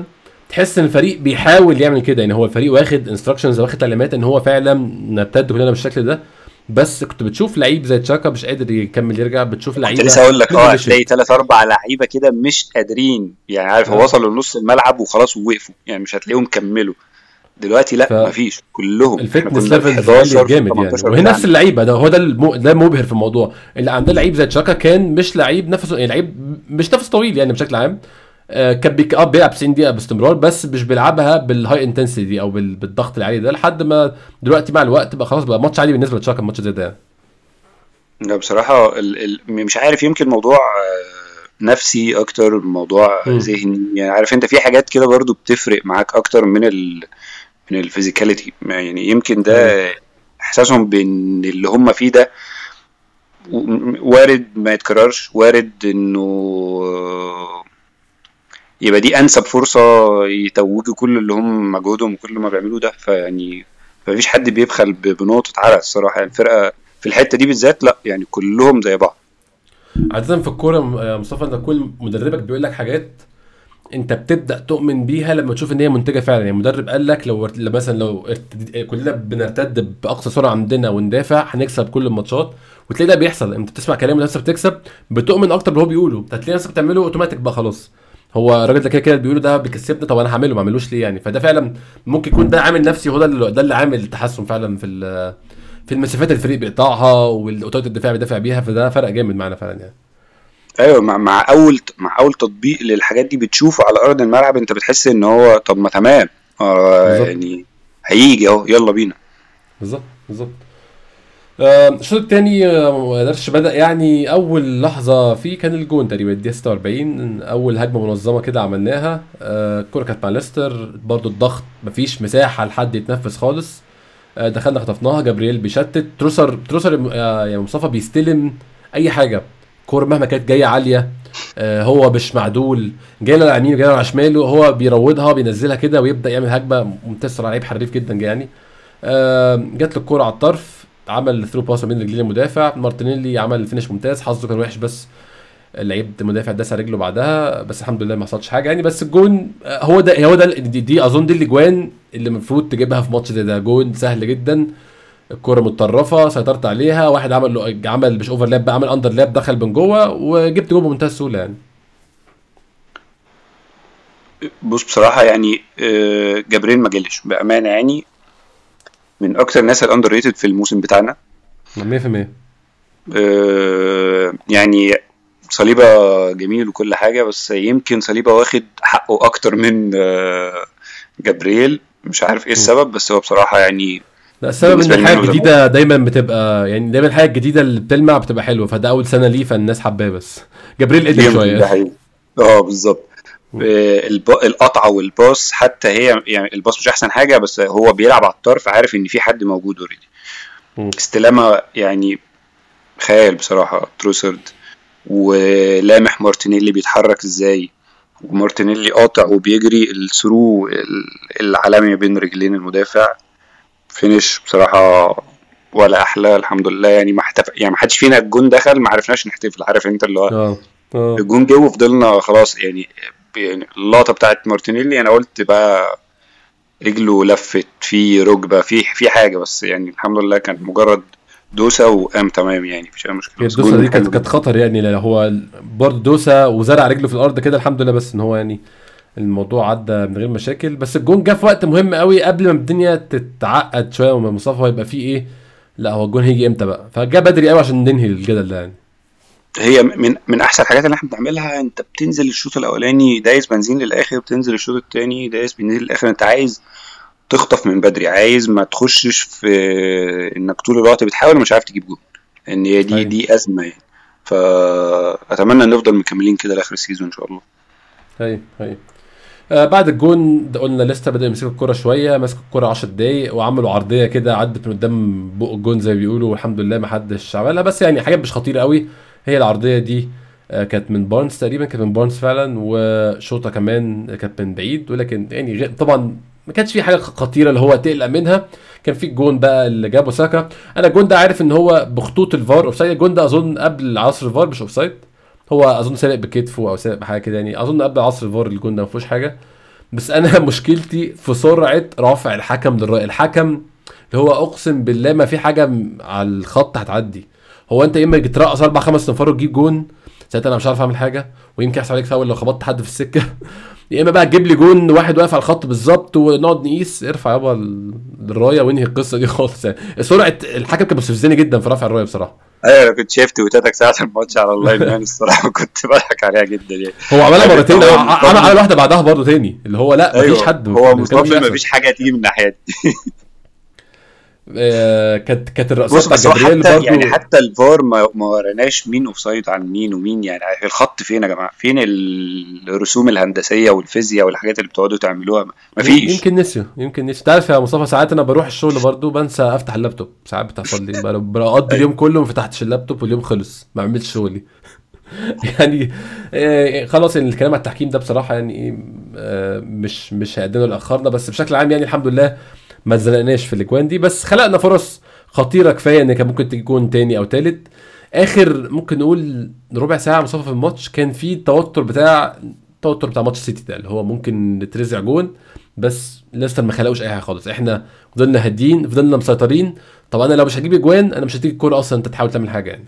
Speaker 1: تحس ان الفريق بيحاول يعمل كده، يعني هو الفريق واخد انستراكشنز، واخد تعليمات ان هو فعلا نرتد كلنا بالشكل ده. بس كنت بتشوف لعيب زي تشاكا مش قادر يكمل يرجع، بتشوف
Speaker 2: كنت
Speaker 1: لعيبه
Speaker 2: لسه اقول لك
Speaker 1: منهم
Speaker 2: هتلاقي
Speaker 1: مشيت.
Speaker 2: 3 4 لعيبه كده مش قادرين، يعني عارف هو
Speaker 1: اه
Speaker 2: وصلوا لنص الملعب وخلاص ووقفوا، يعني مش هتلاقيهم كملوا. دلوقتي لا مفيش، كلهم احنا
Speaker 1: فالفتنس
Speaker 2: كنا ال
Speaker 1: ليفلز عليت
Speaker 2: 11 في ال
Speaker 1: جامد يعني،
Speaker 2: 18
Speaker 1: وهي نفس
Speaker 2: بتاعنا.
Speaker 1: اللعيبه ده، هو ده ده مبهر في الموضوع. اللي عندنا لعيب زي تشاكا كان مش لعيب نفسه، يعني لعيب مش نفس طويل يعني بشكل عام. كان بيلعب 90 دقيقه باستمرار، بس مش بيلعبها بالهاي انتنسيتي دي او بالضغط العالي ده، لحد ما دلوقتي مع الوقت بقى خلاص بقى ماتش عادي بالنسبه لتشاكا، ماتش زي ده يعني.
Speaker 2: لا بصراحة مش عارف، يمكن موضوع نفسي اكتر، موضوع
Speaker 1: مم.
Speaker 2: ذهني، يعني عارف انت في حاجات كده برضو بتفرق معاك اكتر من من الفيزيكاليتي، يعني يمكن
Speaker 1: ايوه
Speaker 2: ده احساسهم بان اللي هم فيه ده وارد ما يتكررش، وارد انه يبقى دي انسب فرصة يتوجوا كل اللي هم مجهودهم وكل ما بيعملوه ده، فيعني مفيش حد بيبخل بنقطة عرق الصراحة، يعني الفرقة في الحتة دي بالذات لا، يعني كلهم زي بعض.
Speaker 1: عادة في الكوره يا مصطفى، انت كل مدربك بيقول لك حاجات انت بتبدا تؤمن بيها لما تشوف ان هي منتجه فعلا. يعني مدرب قال لك لو مثلا كلنا بنرتد باقصى سرعه عندنا وندافع هنكسب كل الماتشات، وتلاقي ده بيحصل. انت بتسمع كلام نفسك بتكسب، بتؤمن اكتر باللي هو بيقوله، هتلاقي نفسك بتعمله اوتوماتيك بقى خلاص. هو الراجل ده كده كده بيقوله ده بيكسبني، طب انا هعمله ما اعملوش ليه يعني؟ فده فعلا ممكن يكون ده عامل نفسي، هو ده اللي عامل التحسن فعلا في المسافات اللي الفريق بيقطعها والاوتوات الدفاع بيدافع بيها، فده فرق جامد معانا فعلا يعني.
Speaker 2: ايوه، مع اول تطبيق للحاجات دي بتشوفه على ارض الملعب، انت بتحس ان هو طب ما تمام،
Speaker 1: بالظبط
Speaker 2: يعني هيجي اهو، يلا بينا.
Speaker 1: بالظبط بالظبط. الشوط الثاني ما قدرش بدأ، يعني اول لحظه فيه كان الجون تقريبا الدقيقه 46، اول هجمه منظمه كده عملناها. الكره كانت مع ليستر برضو، الضغط مفيش مساحه لحد يتنفس خالص. دخلنا خطفناها، جابرييل بيشتت، تروسر يا مصطفى بيستلم اي حاجه، كوره مهما كانت جايه عاليه. هو مش معدول، جاي له على يمينه جاي له على شماله، هو بيروضها بينزلها كده ويبدا يعمل هجمه ممتازه، لعيب حريف جدا يعني. جات له الكوره على الطرف، عمل ثرو باس بين رجلين المدافع، مارتينيلي عمل فينش ممتاز، حظه كان وحش بس اللعيب المدافع داس على رجله بعدها، بس الحمد لله ما حصلش حاجه يعني. بس الجون هو ده دي اظن دي الاجوان اللي المفروض تجيبها في ماتش زي ده. جون سهل جدا، الكوره متطرفه سيطرت عليها، واحد عمل مش اوفرلاب بقى، عمل اندرلاب دخل من جوه وجبت جول بمنتهى السهوله يعني.
Speaker 2: بص بصراحه يعني جابريل ما جالش بامانه، يعني من اكتر الناس الاندر ريتد في الموسم بتاعنا.
Speaker 1: 100%.
Speaker 2: يعني صليبه جميل وكل حاجه، بس يمكن صليبه واخد حقه اكتر من جابرييل، مش عارف ايه السبب، بس هو بصراحه يعني
Speaker 1: لا السبب ان
Speaker 2: بالنسبه لي
Speaker 1: الحاجه
Speaker 2: مان اوف ذا ماتش.
Speaker 1: الجديده دايما بتبقى، يعني دايما الحاجه الجديده اللي بتلمع بتبقى حلوه، فده اول سنه ليه فالناس حباه، بس جبريل قدم
Speaker 2: يمكن
Speaker 1: شويه.
Speaker 2: ده حقيقي، بالظبط. القطعه والباص حتى، هي يعني الباص مش احسن حاجه، بس هو بيلعب على الطرف عارف ان في حد موجود اوريدي. استلامه يعني خيال بصراحه تروسرد، ولامح مارتينيلي بيتحرك ازاي، ومارتينيلي قاطع وبيجري الثرو العالمي بين رجلين المدافع، فينش بصراحه ولا احلى. الحمد لله يعني يعني ما حدش فينا الجون دخل ما عرفناش نحتفل، عارف انت اللي هو
Speaker 1: اه اه
Speaker 2: الجون جه وفضلنا خلاص يعني. يعني اللقطه بتاعت مارتينيلي انا قلت بقى رجله لفت في ركبه في حاجه، بس يعني الحمد لله كانت مجرد دوسه وقام تمام، يعني مفيش اي مشكله،
Speaker 1: هي
Speaker 2: بس
Speaker 1: الدوسه
Speaker 2: جون
Speaker 1: دي كانت
Speaker 2: حلو
Speaker 1: كانت
Speaker 2: جدا.
Speaker 1: خطر يعني، لا هو برضه دوسه وزرع رجله في الارض كده الحمد لله، بس ان هو يعني الموضوع عدى من غير مشاكل. بس الجون جه في وقت مهم قوي قبل ما الدنيا تتعقد شويه وما مصطفى هيبقى فيه ايه، لا هو الجون هيجي امتى بقى، فجاء بدري قوي عشان ننهي الجدل ده يعني.
Speaker 2: هي من احسن الحاجات اللي احنا بنعملها، انت بتنزل الشوط الاولاني دايس بنزين للاخر، بتنزل الشوط التاني دايس بنزين للاخر، انت عايز تخطف من بدري، عايز ما تخشش في انك طول الوقت بتحاول ومش عارف تجيب جول، ان هي دي
Speaker 1: ايوه
Speaker 2: دي ازمه يعني. فاتمنى نفضل مكملين كده لاخر السيزون ان شاء الله.
Speaker 1: ايوه ايوه. بعد الجون ده قلنا لسه بدأ يمسك الكرة شوية، مسك الكرة 10 دقايق وعملوا عرضية كده عدت من قدام بق الجون زي ما بيقولوا، والحمد لله ما حدش عملها، بس يعني حاجات مش خطيرة قوي. هي العرضية دي كانت من بارنز تقريبا، كانت من بارنز فعلا، وشوطة كمان كانت من بعيد، ولكن يعني طبعا ما كانش في حاجة خطيرة اللي هو تقلق منها. كان في الجون بقى اللي جابه ساكا، انا الجون ده عارف ان هو بخطوط الفار اوفسايد، الجون ده اظن قبل عصر الفار مش اوفسايد، هو اظن سابق بكتفه او سابق بحاجه كده يعني، اظن قبل عصر الفار الجون ده ما فيهوش حاجه. بس انا مشكلتي في سرعه رفع الحكم للراي. الحكم اللي هو اقسم بالله ما في حاجه على الخط هتعدي. هو انت يا اما ترقص 4-5 نفار وتجيب جون، ساعتها انا مش عارف اعمل حاجه، ويمكن يحصل عليك فاول لو خبطت حد في السكه. يا اما بقى تجيب لي جون واحد واقف على الخط بالظبط ونقعد نقيس، ارفع يابا الرايه وانهي القصه دي خالص. يعني سرعه الحكم كانت مستفزني جدا في رفع الرايه بصراحه.
Speaker 2: ايوه انا كنت شايف تويتاتك ساعه الماتش على اللاين مان الصراحه كنت بضحك عليها جدا يعني.
Speaker 1: هو عملها
Speaker 2: عارف
Speaker 1: مرتين،
Speaker 2: هو
Speaker 1: عمل واحده بعدها برضه تاني، اللي هو لا مفيش
Speaker 2: ايوه
Speaker 1: حد
Speaker 2: هو
Speaker 1: ما كانش
Speaker 2: مصطفى
Speaker 1: يحصل.
Speaker 2: مفيش حاجه هتيجي من ناحيتي.
Speaker 1: كانت الرأسات
Speaker 2: بص
Speaker 1: بتاع
Speaker 2: بس هو
Speaker 1: جبريل
Speaker 2: حتى
Speaker 1: برضو.
Speaker 2: يعني حتى الفار ما وراناش مين اوفسايد عن مين ومين، يعني الخط فين يا جماعه؟ فين الرسوم الهندسيه والفيزياء والحاجات اللي بتقعدوا تعملوها؟ مفيش.
Speaker 1: يمكن نسيو تعرف يا مصطفى، ساعات انا بروح الشغل برضو بنسى افتح اللابتوب، ساعات بتحصل لي بقضي اليوم كله ما فتحتش اللابتوب واليوم خلص ما عملتش شغلي. يعني خلاص يعني الكلام على التحكيم ده بصراحه يعني مش هيقدنا ولا اخرنا، بس بشكل عام يعني الحمد لله ما اتزنقناش في الاجوان دي، بس خلقنا فرص خطيره كفايه ان كان ممكن تيجي جون تاني او تالت. اخر ممكن نقول ربع ساعه مصطفى في الماتش كان في التوتر بتاع ماتش سيتي ده، اللي هو ممكن نترزع جون، بس لسه ما خلقوش اي حاجه خالص. احنا فضلنا هادين، فضلنا مسيطرين. طب انا لو مش هجيب اجوان انا مش هتيجي الكوره اصلا انت تحاول تعمل حاجه يعني.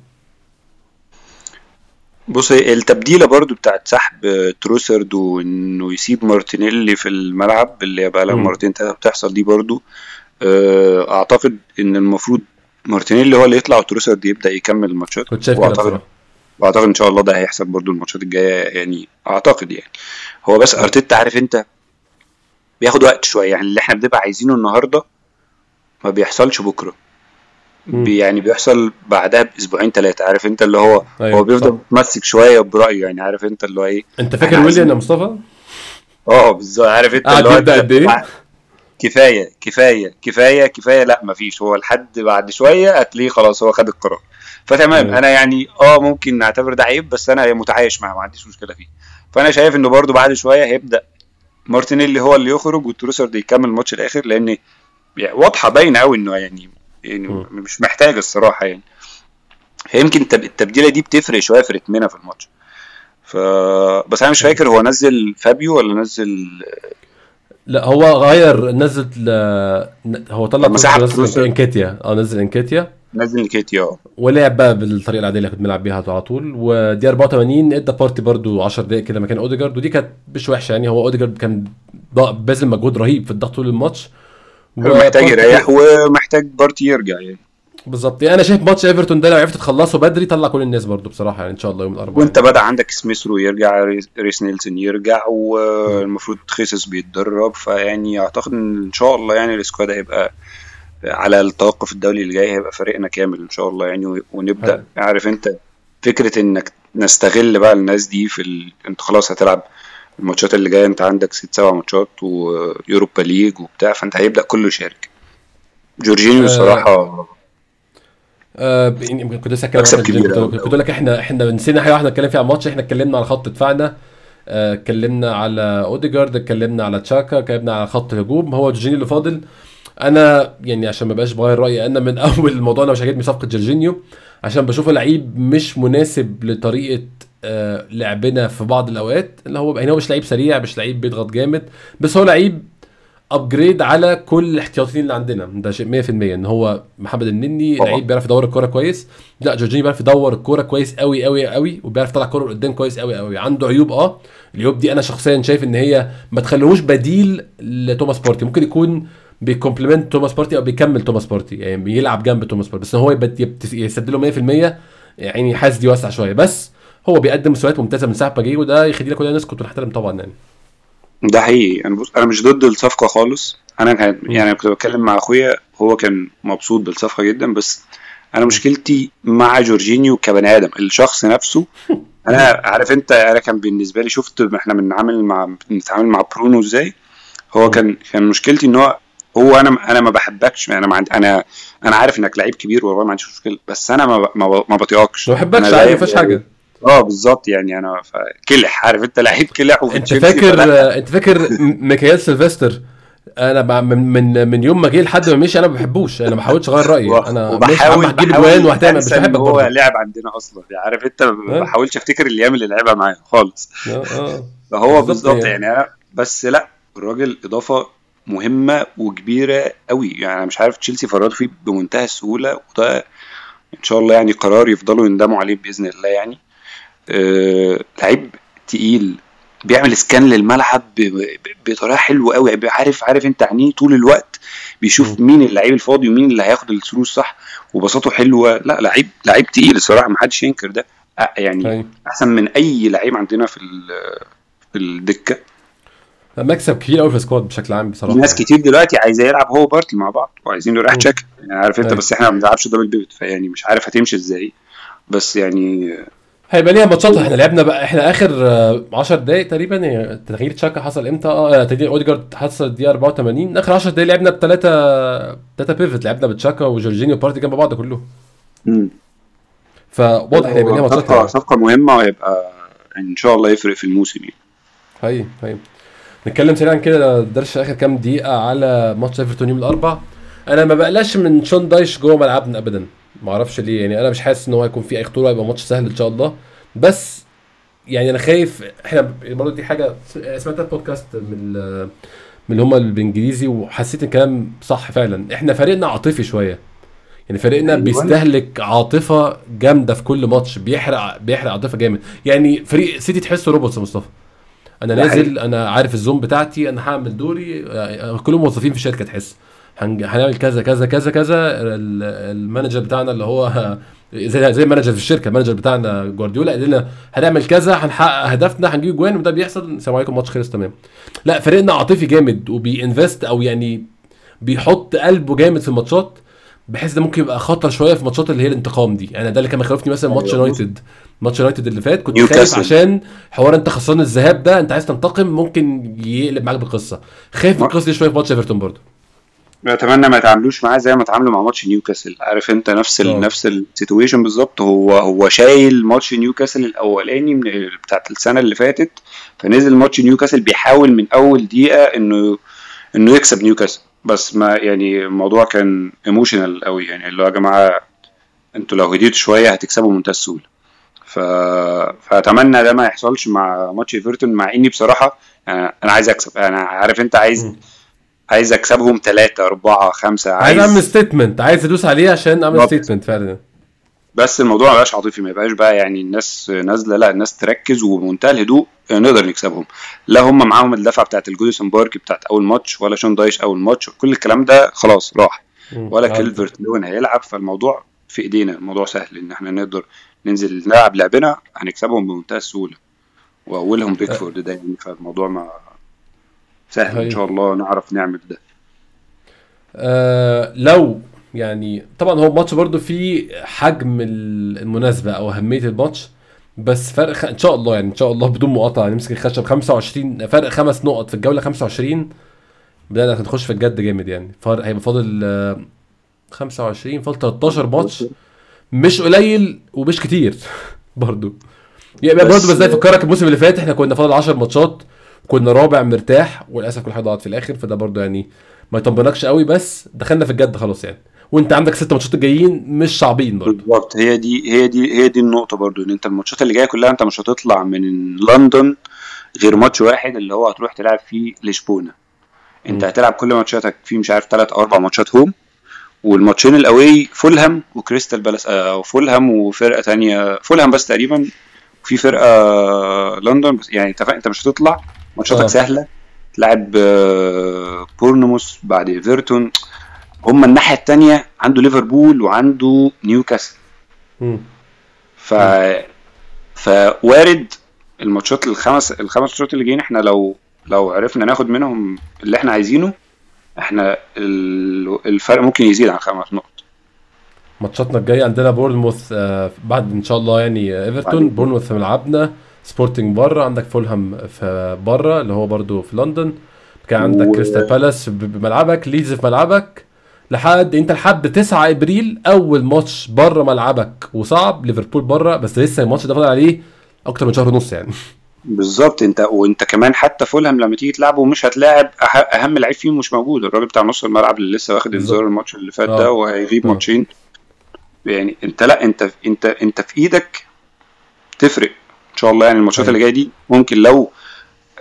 Speaker 2: بص هي التبديله برضو بتاعت سحب تروسرد وانه يسيب مارتينيلي في الملعب اللي هي بقى لها
Speaker 1: امم
Speaker 2: مرتين تلاته بتحصل دي برضو. اعتقد ان المفروض مارتينيلي هو اللي يطلع وتروسرد يبدا يكمل الماتشات.
Speaker 1: كنت شايف كده
Speaker 2: واعتقد
Speaker 1: بصراحه.
Speaker 2: واعتقد ان شاء الله ده هيحصل برضو الماتشات الجايه يعني اعتقد يعني. هو بس ارتيتا عارف انت بياخد وقت شويه، يعني اللي احنا بنبقى عايزينه النهارده ما بيحصلش بكره،
Speaker 1: امم
Speaker 2: يعني بيحصل بعدها باسبوعين ثلاثه. عارف انت اللي هو
Speaker 1: ايوه
Speaker 2: بيفضل
Speaker 1: صح.
Speaker 2: متمسك شويه برايه، يعني عارف انت اللي هو ايه.
Speaker 1: انت
Speaker 2: احنا
Speaker 1: فاكر ويليام
Speaker 2: عايزين
Speaker 1: يا مصطفى
Speaker 2: بالظبط. عارف انت
Speaker 1: قعد
Speaker 2: اللي هو
Speaker 1: يبدا قد ايه؟
Speaker 2: كفايه كفايه كفايه كفايه، لا مفيش. هو لحد بعد شويه هتلاقيه خلاص هو خد القرار. فتمام
Speaker 1: ايوه
Speaker 2: انا يعني ممكن نعتبر ده عيب، بس انا متعايش معاه ما عنديش مشكله فيه. فانا شايف انه برضو بعد شويه هيبدا مارتينيلي هو اللي يخرج وتروسرد يكمل الماتش الاخر، لان يعني واضحه باينه قوي انه يعني
Speaker 1: مم.
Speaker 2: مش محتاج الصراحه يعني. فيمكن التبديله دي بتفرق شويه في رتمنا في الماتش. ف بس انا مش فاكر هو نزل فابيو ولا نزل.
Speaker 1: لا هو غير، نزل هو طلع
Speaker 2: لما
Speaker 1: تروسر
Speaker 2: سحب
Speaker 1: ونزل
Speaker 2: تروسرد
Speaker 1: انكيتيا، نزل انكيتيا
Speaker 2: نزل كيتي
Speaker 1: ولعب بقى بالطريقه العاديه اللي كنا بنلعب بيها على طول. ودي 84 ادى بارتي برضو 10 دقائق كده مكان اوديجارد، ودي كانت مش وحشه يعني. هو اوديجارد كان باذل مجهود رهيب في الضغط طول الماتش،
Speaker 2: محتاج يريح
Speaker 1: وبارتي
Speaker 2: ومحتاج بارتي يرجع يعني.
Speaker 1: بالظبط. يعني انا شايف ماتش ايفرتون ده لو عرفت تخلصه بدري طلع كل الناس برضو بصراحه يعني، ان شاء الله يوم الاربعاء
Speaker 2: وانت
Speaker 1: يعني.
Speaker 2: بدأ عندك سميثرو يرجع، ريس نيلسون يرجع،
Speaker 1: بالظبط.
Speaker 2: والمفروض خيسوس بيتدرب. فيعني اعتقد ان شاء الله يعني السكواد هيبقى على التوقف الدولي اللي جاي هيبقى فريقنا كامل ان شاء الله يعني. ونبدأ عارف انت فكرة انك نستغل بقى الناس دي انت خلاص هتلعب الماتشات اللي جايه. انت عندك 6-7 ماتشات ويوروبا ليج وبتاع، فانت هيبدأ كله يشارك. جورجينيو
Speaker 1: آه
Speaker 2: الصراحة
Speaker 1: يعني كنت لسه اتكلم
Speaker 2: مكسب
Speaker 1: واحنا جيم،
Speaker 2: كبير
Speaker 1: كنت
Speaker 2: قوي
Speaker 1: كنت
Speaker 2: قوي.
Speaker 1: اقول لك احنا نسينا حاجه واحنا نتكلم فيها على الماتش. احنا اتكلمنا على خط دفاعنا، اتكلمنا على اوديجارد، اتكلمنا على تشاكا، اتكلمنا على خط هجوم. هو جورجينيو اللي فاضل. انا يعني عشان ما بقاش بغير رايي، انا من اول الموضوع انا مش عاجبني صفقه جورجينيو، عشان بشوفه لعيب مش مناسب لطريقه لعبنا في بعض الاوقات. اللي هو يعني هو مش لعيب سريع، مش لعيب بيضغط جامد، بس هو لعيب ابجريد على كل الاحتياطيين اللي عندنا. ده شيء 100% ان هو محمد النني
Speaker 2: طبعا
Speaker 1: لعيب بيعرف يدور الكوره كويس. لا جورجينيو بيعرف يدور الكوره كويس قوي قوي قوي، وبيعرف يطلع الكوره لقدام كويس قوي قوي. عنده عيوب العيوب دي انا شخصيا شايف ان هي ما تخليهوش بديل لتوماس بارتي. ممكن يكون بيكومبلمنت توماس بارتي او بيكمل توماس بارتي، يعني بيلعب جنب توماس بارتي، بس إن هو يسدله 100%. يعني حاسس دي واسع شويه، بس هو بيقدم مستويات ممتازه من ساعه ما جه، وده يخلينا كلنا نسكت ونحترم طبعا يعني.
Speaker 2: ده حقيقي. انا بص انا مش ضد الصفقه خالص. انا كان
Speaker 1: مم.
Speaker 2: يعني كنت بتكلم مع اخويا هو كان مبسوط بالصفقه جدا، بس انا مشكلتي مع جورجينيو كبني ادم الشخص نفسه. انا عارف انت انا كان بالنسبه لي شفت احنا بنتعامل مع برونو ازاي. هو
Speaker 1: مم.
Speaker 2: كان مشكلتي ان هو انا ما بحبكش. انا ما عند انا عارف انك لعيب كبير والله ما عنديش مشكله، بس انا ما بطيقكش.
Speaker 1: ما
Speaker 2: انا
Speaker 1: بحبكش عادي، ما
Speaker 2: لعيب
Speaker 1: فيهاش حاجه.
Speaker 2: بالظبط يعني. انا كلح عارف انت لعيب كلح وفي
Speaker 1: انت
Speaker 2: تشيلسي
Speaker 1: فاكر
Speaker 2: فلا.
Speaker 1: انت فاكر ميكائيل سيلفستر؟ انا من يوم ما جه لحد ما مشي انا ما بحبوش. انا ما حاولتش اغير رايي، انا ماشي يا عم
Speaker 2: وبحاول
Speaker 1: هتجيب اجوان وهتعمل، مش
Speaker 2: انسى ان
Speaker 1: بحبك
Speaker 2: هو
Speaker 1: برضه.
Speaker 2: لعب عندنا اصلا يعني. عارف انت ما
Speaker 1: اه
Speaker 2: بحاولش افتكر الايام اللي لعبها معايا خالص.
Speaker 1: اه
Speaker 2: فهو
Speaker 1: بالظبط
Speaker 2: بالظبط
Speaker 1: يعني.
Speaker 2: يعني. انا بس لا الراجل اضافه مهمه وكبيره قوي، يعني انا مش عارف تشيلسي فرطوا فيه بمنتهى السهوله، وده ان شاء الله يعني قرار يفضلوا يندموا عليه باذن الله يعني. لعيب تقيل، بيعمل سكان للملعب بطريقه حلوه قوي، عارف انت عينيه طول الوقت بيشوف مين اللعيب الفاضي ومين اللي هياخد الثرو الصح، وبساطته حلوه. لا لعيب تقيل الصراحه، ما حدش ينكر ده. يعني
Speaker 1: هاي.
Speaker 2: احسن من اي لعيب عندنا في الدكه.
Speaker 1: مكسب كبير قوي في السكواد بشكل عام
Speaker 2: في
Speaker 1: بصراحه
Speaker 2: ناس
Speaker 1: يعني.
Speaker 2: كتير دلوقتي عايزه يلعب هو بارتي مع بعض، وعايزين يروح
Speaker 1: مم.
Speaker 2: تشاك يعني، عارف انت،
Speaker 1: هاي.
Speaker 2: بس احنا ما بنلعبش دبل بيفت، فيعني مش عارف هتمشي ازاي، بس يعني
Speaker 1: هيبقى ليها ماتشات. احنا لعبنا بقى، احنا اخر 10 دقايق تقريبا يعني. تغيير تشاكا حصل امتى؟ تغيير اوديجارد حصل الدقيقه 84. اخر 10 دقايق لعبنا بثلاثه بيفت، لعبنا بتشاكا وجورجينيو وبارتي جنب بعض كلهم.
Speaker 2: مم.
Speaker 1: فواضح هيبقى ليها
Speaker 2: هو
Speaker 1: ماتشات
Speaker 2: صفقه
Speaker 1: يعني.
Speaker 2: صفقه مهمه، وهيبقى يعني ان شاء الله يفرق في الموسم يعني.
Speaker 1: هاي. نتكلم سريعا كده درش اخر كام دقيقه على ماتش ايفرتون يوم الاربعاء. انا ما بقلاش من شون دايش جوه ملعبنا ابدا، ما اعرفش ليه يعني. انا مش حاسس ان هو هيكون في اي خطوره، هيبقى ماتش سهل ان شاء الله. بس يعني انا خايف. احنا برضه دي حاجه سمعتها في بودكاست من اللي هم بالانجليزي، وحسيت الكلام صح فعلا. احنا فريقنا عاطفي شويه يعني. فريقنا
Speaker 2: ايوه
Speaker 1: بيستهلك عاطفه جامده في كل ماتش، بيحرق عاطفه جامد يعني. فريق سيتي تحسه روبوت يا مصطفى. انا
Speaker 2: ده حقيقي.
Speaker 1: نازل، انا عارف الزوم بتاعتي، انا هعمل دوري. كلهم موظفين في الشركه تحس هنعمل كذا كذا كذا كذا. المانجر بتاعنا اللي هو زي المانجر في الشركه، المانجر بتاعنا جوارديولا قال لنا هنعمل كذا، هنحقق هدفنا، هنجيب جوان، وده بيحصل. السلام عليكم، ماتش خلص تمام. لا، فريقنا عاطفي جامد وبينفست، او يعني بيحط قلبه جامد في الماتشات، بحيث ده ممكن يبقى خطر شويه في ماتشات اللي هي الانتقام دي يعني. ده اللي كان مخوفني مثلا ماتش
Speaker 2: ايوه بص،
Speaker 1: يونايتد. ماتش يونايتد اللي فات كنت خايف
Speaker 2: نيوكاسل
Speaker 1: عشان حوار انت خسران الذهاب ده، انت عايز تنتقم، ممكن يقلب معاك بالقصه. خايف القصه دي شويه في ماتش ايفرتون برضه.
Speaker 2: اتمنى ما يتعاملوش معاه زي ما اتعاملوا مع ماتش نيوكاسل، عارف انت،
Speaker 1: اه.
Speaker 2: نفس السيتويشن بالظبط. هو شايل ماتش نيوكاسل الاولاني بتاعت السنه اللي فاتت، فنزل ماتش نيوكاسل بيحاول من اول دقيقه انه يكسب نيوكاسل، بس ما يعني الموضوع كان ايموشنال قوي يعني، اللي هو يا جماعه انتوا لو هديتوا شويه هتكسبوا بمنتهى السهوله. ف... فاتمنى ده ما يحصلش مع ماتش ايفرتون، مع اني بصراحه يعني انا عايز اكسب، انا عارف انت،
Speaker 1: مم.
Speaker 2: عايز اكسبهم 3 4 5
Speaker 1: عايز اعمل
Speaker 2: عايز.
Speaker 1: ستيتمنت، عايز ادوس عليه عشان اعمل
Speaker 2: بالظبط.
Speaker 1: ستيتمنت فعلا.
Speaker 2: بس الموضوع ما يبقاش عاطفي، ما يبقاش بقى يعني الناس نازله، لا الناس تركز وبمنتهى الهدوء نقدر نكسبهم. لا هم معاهم الدفعه بتاعت الجوديسون بارك بتاعت اول ماتش، ولا شون دايش اول ماتش، كل الكلام ده خلاص راح، ولا
Speaker 1: عدى.
Speaker 2: كيلفرت لون هيلعب. فالموضوع في ايدينا، الموضوع سهل ان احنا نقدر ننزل نلعب لعبنا، هنكسبهم بمنتهى السهوله، واولهم بيكفورد ده يعني. فالموضوع ما سهل، ان
Speaker 1: هاي.
Speaker 2: شاء الله نعرف نعمل ده.
Speaker 1: لو يعني طبعا هو ماتش برضو فيه حجم المناسبة او اهمية الماتش، بس فرق ان شاء الله يعني، ان شاء الله بدون مقاطعة نمسك الخشب. 25 فرق 5 نقط في الجولة 25، بدأنا نخش في الجد جامد يعني. فرق هيبقى فاضل 25، فاضل 13 ماتش. مش قليل ومش كتير برضو يعني. برضو بس
Speaker 2: بس
Speaker 1: ده يفكرك الموسم اللي فات احنا كنا فاضل 10 ماتشات، كنا رابع مرتاح، وللاسف كل حاجه ضاعت في الاخر. فده برضو يعني ما يطمنكش قوي، بس دخلنا في الجد خلاص يعني. وانت عندك 6 ماتشات الجايين مش صعبين برضو.
Speaker 2: بالظبط، هي دي النقطة برضو، ان انت الماتشات اللي جاية كلها انت مش هتطلع من لندن غير ماتش واحد، اللي هو هتروح تلعب فيه لشبونة. انت
Speaker 1: مم.
Speaker 2: هتلعب كل ماتشاتك فيه مش عارف 3 أو 4 ماتشات هوم، والماتشين الاواي فولهام وكريستال بالاس، او فولهام وفرقة تانية، فولهام بس تقريبا، في فرقة لندن بس يعني. انت مش هتطلع، ماتشاتك
Speaker 1: اه.
Speaker 2: سهلة. تلعب بورنموث بعد ايفرتون، هما الناحية التانية عنده ليفربول وعنده نيوكاسل.
Speaker 1: مم.
Speaker 2: ف
Speaker 1: مم.
Speaker 2: فوارد الخمس ماتشات اللي جايين، احنا لو عرفنا ناخد منهم اللي احنا عايزينه، احنا الفرق ممكن يزيد عن 5 نقط
Speaker 1: ماتشاتنا الجايه عندنا بورنموث بعد ان شاء الله يعني.
Speaker 2: بعد
Speaker 1: ايفرتون،
Speaker 2: كده.
Speaker 1: بورنموث في ملعبنا، سبورتنج بره، عندك فولهام في بره اللي هو برضو في لندن، كان عندك كريستال
Speaker 2: و...
Speaker 1: بالاس بملعبك، ليدز في لعبك. لحد 9 ابريل اول ماتش بره ملعبك، وصعب ليفربول بره، بس لسه الماتش ده فاضل عليه اكتر من شهر ونص يعني.
Speaker 2: بالظبط، وانت كمان حتى فولهام لما تيجي تلعبه مش هتلاعب اهم لعيب فيهم مش موجود، الراجل بتاع نص الملعب اللي لسه واخد انذار
Speaker 1: بالظبط.
Speaker 2: الماتش اللي فات ده،
Speaker 1: اه.
Speaker 2: وهيغيب
Speaker 1: اه.
Speaker 2: ماتشين يعني. انت لا انت في ايدك تفرق ان شاء الله يعني. الماتشات اللي
Speaker 1: ايوه.
Speaker 2: جايه دي ممكن لو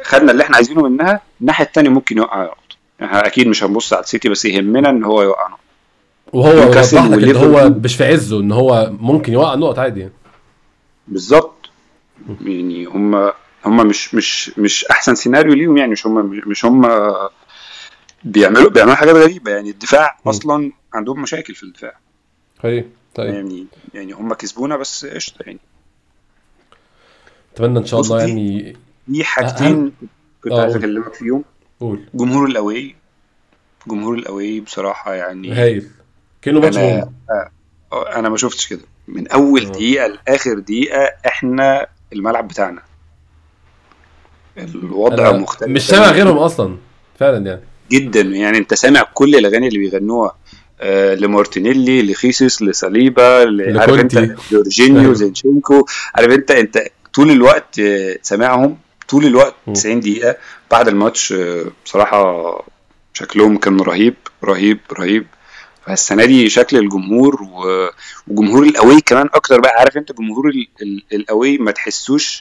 Speaker 2: خدنا اللي احنا عايزينه منها. الناحيه الثانيه ممكن يوقع نقط، احنا اكيد مش هنبص على السيتي، بس يهمنا ان هو يوقع نقط.
Speaker 1: وهو
Speaker 2: نيوكاسل
Speaker 1: وضح لك ان هو
Speaker 2: وليفربول
Speaker 1: مش في عزه، ان هو ممكن يوقع نقط عادي يعني.
Speaker 2: بالظبط. يعني هم مش احسن سيناريو ليهم، يعني مش هم بيعملوا حاجات غريبه. يعني الدفاع
Speaker 1: مم.
Speaker 2: اصلا عندهم مشاكل في الدفاع.
Speaker 1: طيب طيب،
Speaker 2: يعني هم كسبونا بس قشطه يعني.
Speaker 1: اتمنى ان شاء
Speaker 2: بص،
Speaker 1: الله يعني.
Speaker 2: في
Speaker 1: اهم.
Speaker 2: حاجتين كنت
Speaker 1: اه
Speaker 2: عايز
Speaker 1: قول.
Speaker 2: اكلمك فيهم.
Speaker 1: قول.
Speaker 2: جمهور الاواي بصراحه يعني.
Speaker 1: هايل. كأنه ماتش
Speaker 2: انا
Speaker 1: هوم.
Speaker 2: انا ما شفتش كده من اول
Speaker 1: اه.
Speaker 2: دقيقه لاخر دقيقه. احنا الملعب بتاعنا الوضع
Speaker 1: انا
Speaker 2: مختلف
Speaker 1: مش سامع
Speaker 2: تماما
Speaker 1: غيرهم اصلا فعلا يعني.
Speaker 2: جدا. يعني انت سامع كل الاغاني اللي بيغنوها، لمارتينيلي، لخيسوس، لساليبا، عارف انت،
Speaker 1: لكونتي.
Speaker 2: جورجينيو،
Speaker 1: ايوه.
Speaker 2: زينشينكو. عارف انت طول الوقت سامعهم طول الوقت
Speaker 1: مم.
Speaker 2: 90 دقيقة بعد الماتش. بصراحة شكلهم كان رهيب رهيب رهيب. فالسنة دي شكل الجمهور وجمهور الأوي كمان أكتر بقى. عارف أنت جمهور الأوي ما تحسوش،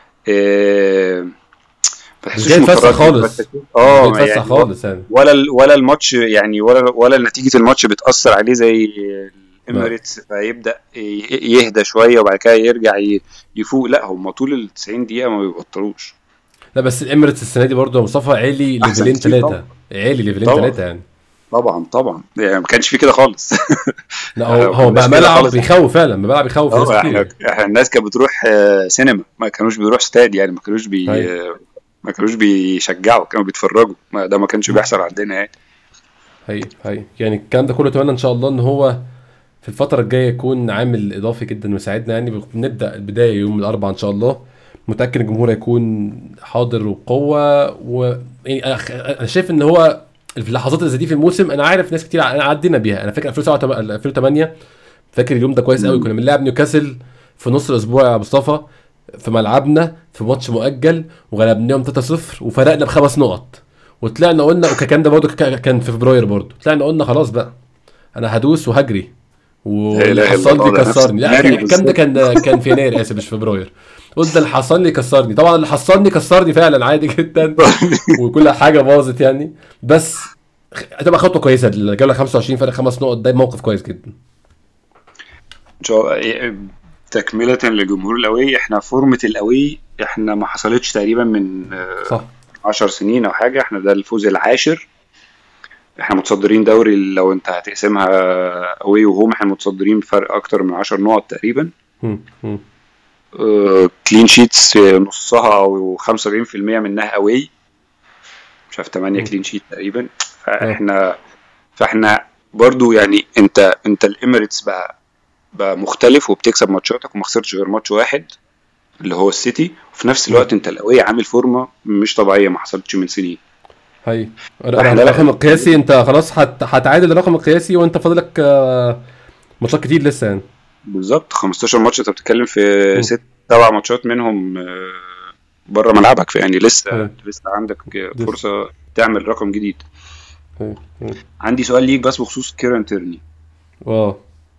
Speaker 2: آه، ما
Speaker 1: مش جاي
Speaker 2: تحسوش
Speaker 1: يتفسح
Speaker 2: متردد، ما
Speaker 1: خالص.
Speaker 2: تحسوش
Speaker 1: مش جاي يتفسح
Speaker 2: يعني
Speaker 1: خالص يعني.
Speaker 2: ولا الماتش يعني، ولا نتيجة الماتش بتأثر عليه زي
Speaker 1: لا
Speaker 2: الاميريتس فيبدأ يهدى شوية وبعد كده يرجع يفوق. لا، هم طول ال 90 دقيقة ما بيبطلوش.
Speaker 1: لا، بس الاميريتس السنه دي برضه يا مصطفى عالي
Speaker 2: احسن
Speaker 1: ليفلين
Speaker 2: كتير طبعا.
Speaker 1: ثلاثه. عالي ليفلين
Speaker 2: طبعا
Speaker 1: ثلاثه يعني.
Speaker 2: طبعا يعني ما كانش في كده خالص.
Speaker 1: لا،
Speaker 2: احنا
Speaker 1: هو
Speaker 2: ما
Speaker 1: هو
Speaker 2: كناش
Speaker 1: بقى
Speaker 2: كده
Speaker 1: ملعب
Speaker 2: خالص.
Speaker 1: بيخوف فعلا، ملعب بيخوف ناس كتير يعني.
Speaker 2: احنا الناس كانت بتروح سينما، ما كانوش بيروح استاد يعني.
Speaker 1: هاي.
Speaker 2: ما كانوش بيشجعوا، كانوا بيتفرجوا. ده ما كانش بيحصل عندنا يعني.
Speaker 1: هاي يعني الكلام ده كله اتمنى ان شاء الله ان هو في الفترة الجاية يكون عامل إضافي جدا ويساعدنا يعني. بنبدأ البداية يوم الأربعاء إن شاء الله. متأكد الجمهور هيكون حاضر وبقوة يعني أنا شايف إن هو في اللحظات اللي زي دي في الموسم، أنا عارف ناس كتير أنا عدينا بيها. أنا فاكر 2007 2008، فاكر اليوم ده كويس قوي.
Speaker 2: مم.
Speaker 1: كنا بنلعب نيوكاسل في نص الأسبوع يا مصطفى، في ملعبنا في ماتش مؤجل، وغلبناهم 3-0 وفرقنا ب5 نقط. وطلعنا قلنا، وكان ده برضه كان في فبراير برضه، طلعنا قلنا خلاص بقى انا هدوس وهجري،
Speaker 2: لا
Speaker 1: واللي
Speaker 2: اله الا
Speaker 1: حصل لي
Speaker 2: الله، ده نفس
Speaker 1: كسرني. لا،
Speaker 2: السيناريو
Speaker 1: الكلام ده
Speaker 2: بالظبط.
Speaker 1: كان في يناير، اسف مش فبراير. قلت ده اللي حصل لي كسرني. طبعا اللي حصل لي كسرني فعلا عادي جدا، وكل حاجه باظت يعني. بس هتبقى خطوه كويسه. الجوله 25 فرق 5 نقط، ده موقف كويس جدا.
Speaker 2: ان شاء الله. تكملة لجمهور الأوي، احنا فورمة الأوي احنا ما حصلتش تقريبا من
Speaker 1: صح.
Speaker 2: 10 سنين أو حاجة. احنا ده الفوز العاشر. احنا متصدرين دوري، لو انت هتقسمها أوي وهوم احنا متصدرين بفرق أكتر من 10 نقط تقريبا.
Speaker 1: مم.
Speaker 2: كلين شيتس نصها أو 75% منها أوي، مش عارف 8
Speaker 1: مم.
Speaker 2: كلين شيت تقريبا.
Speaker 1: اه.
Speaker 2: فاحنا برضو يعني انت الاميريتس بقى مختلف وبتكسب ماتشاتك وما خسرتش غير ماتش واحد اللي هو السيتي. وفي نفس
Speaker 1: مم.
Speaker 2: الوقت انت القوية عامل فورمة مش طبيعية ما حصلتش من سنين.
Speaker 1: هاي.
Speaker 2: فاحنا لا
Speaker 1: الرقم القياسي انت خلاص هتعادل الرقم القياسي، وانت فاضلك ماتشات كتير لسه يعني.
Speaker 2: بالظبط 15 ماتش. انت بتتكلم في
Speaker 1: مم.
Speaker 2: 7 ماتشات منهم بره ملعبك. يعني لسه
Speaker 1: هاي.
Speaker 2: عندك
Speaker 1: لسه.
Speaker 2: فرصة تعمل رقم جديد.
Speaker 1: هاي.
Speaker 2: عندي سؤال ليك بس بخصوص كيران تيرني.
Speaker 1: اه.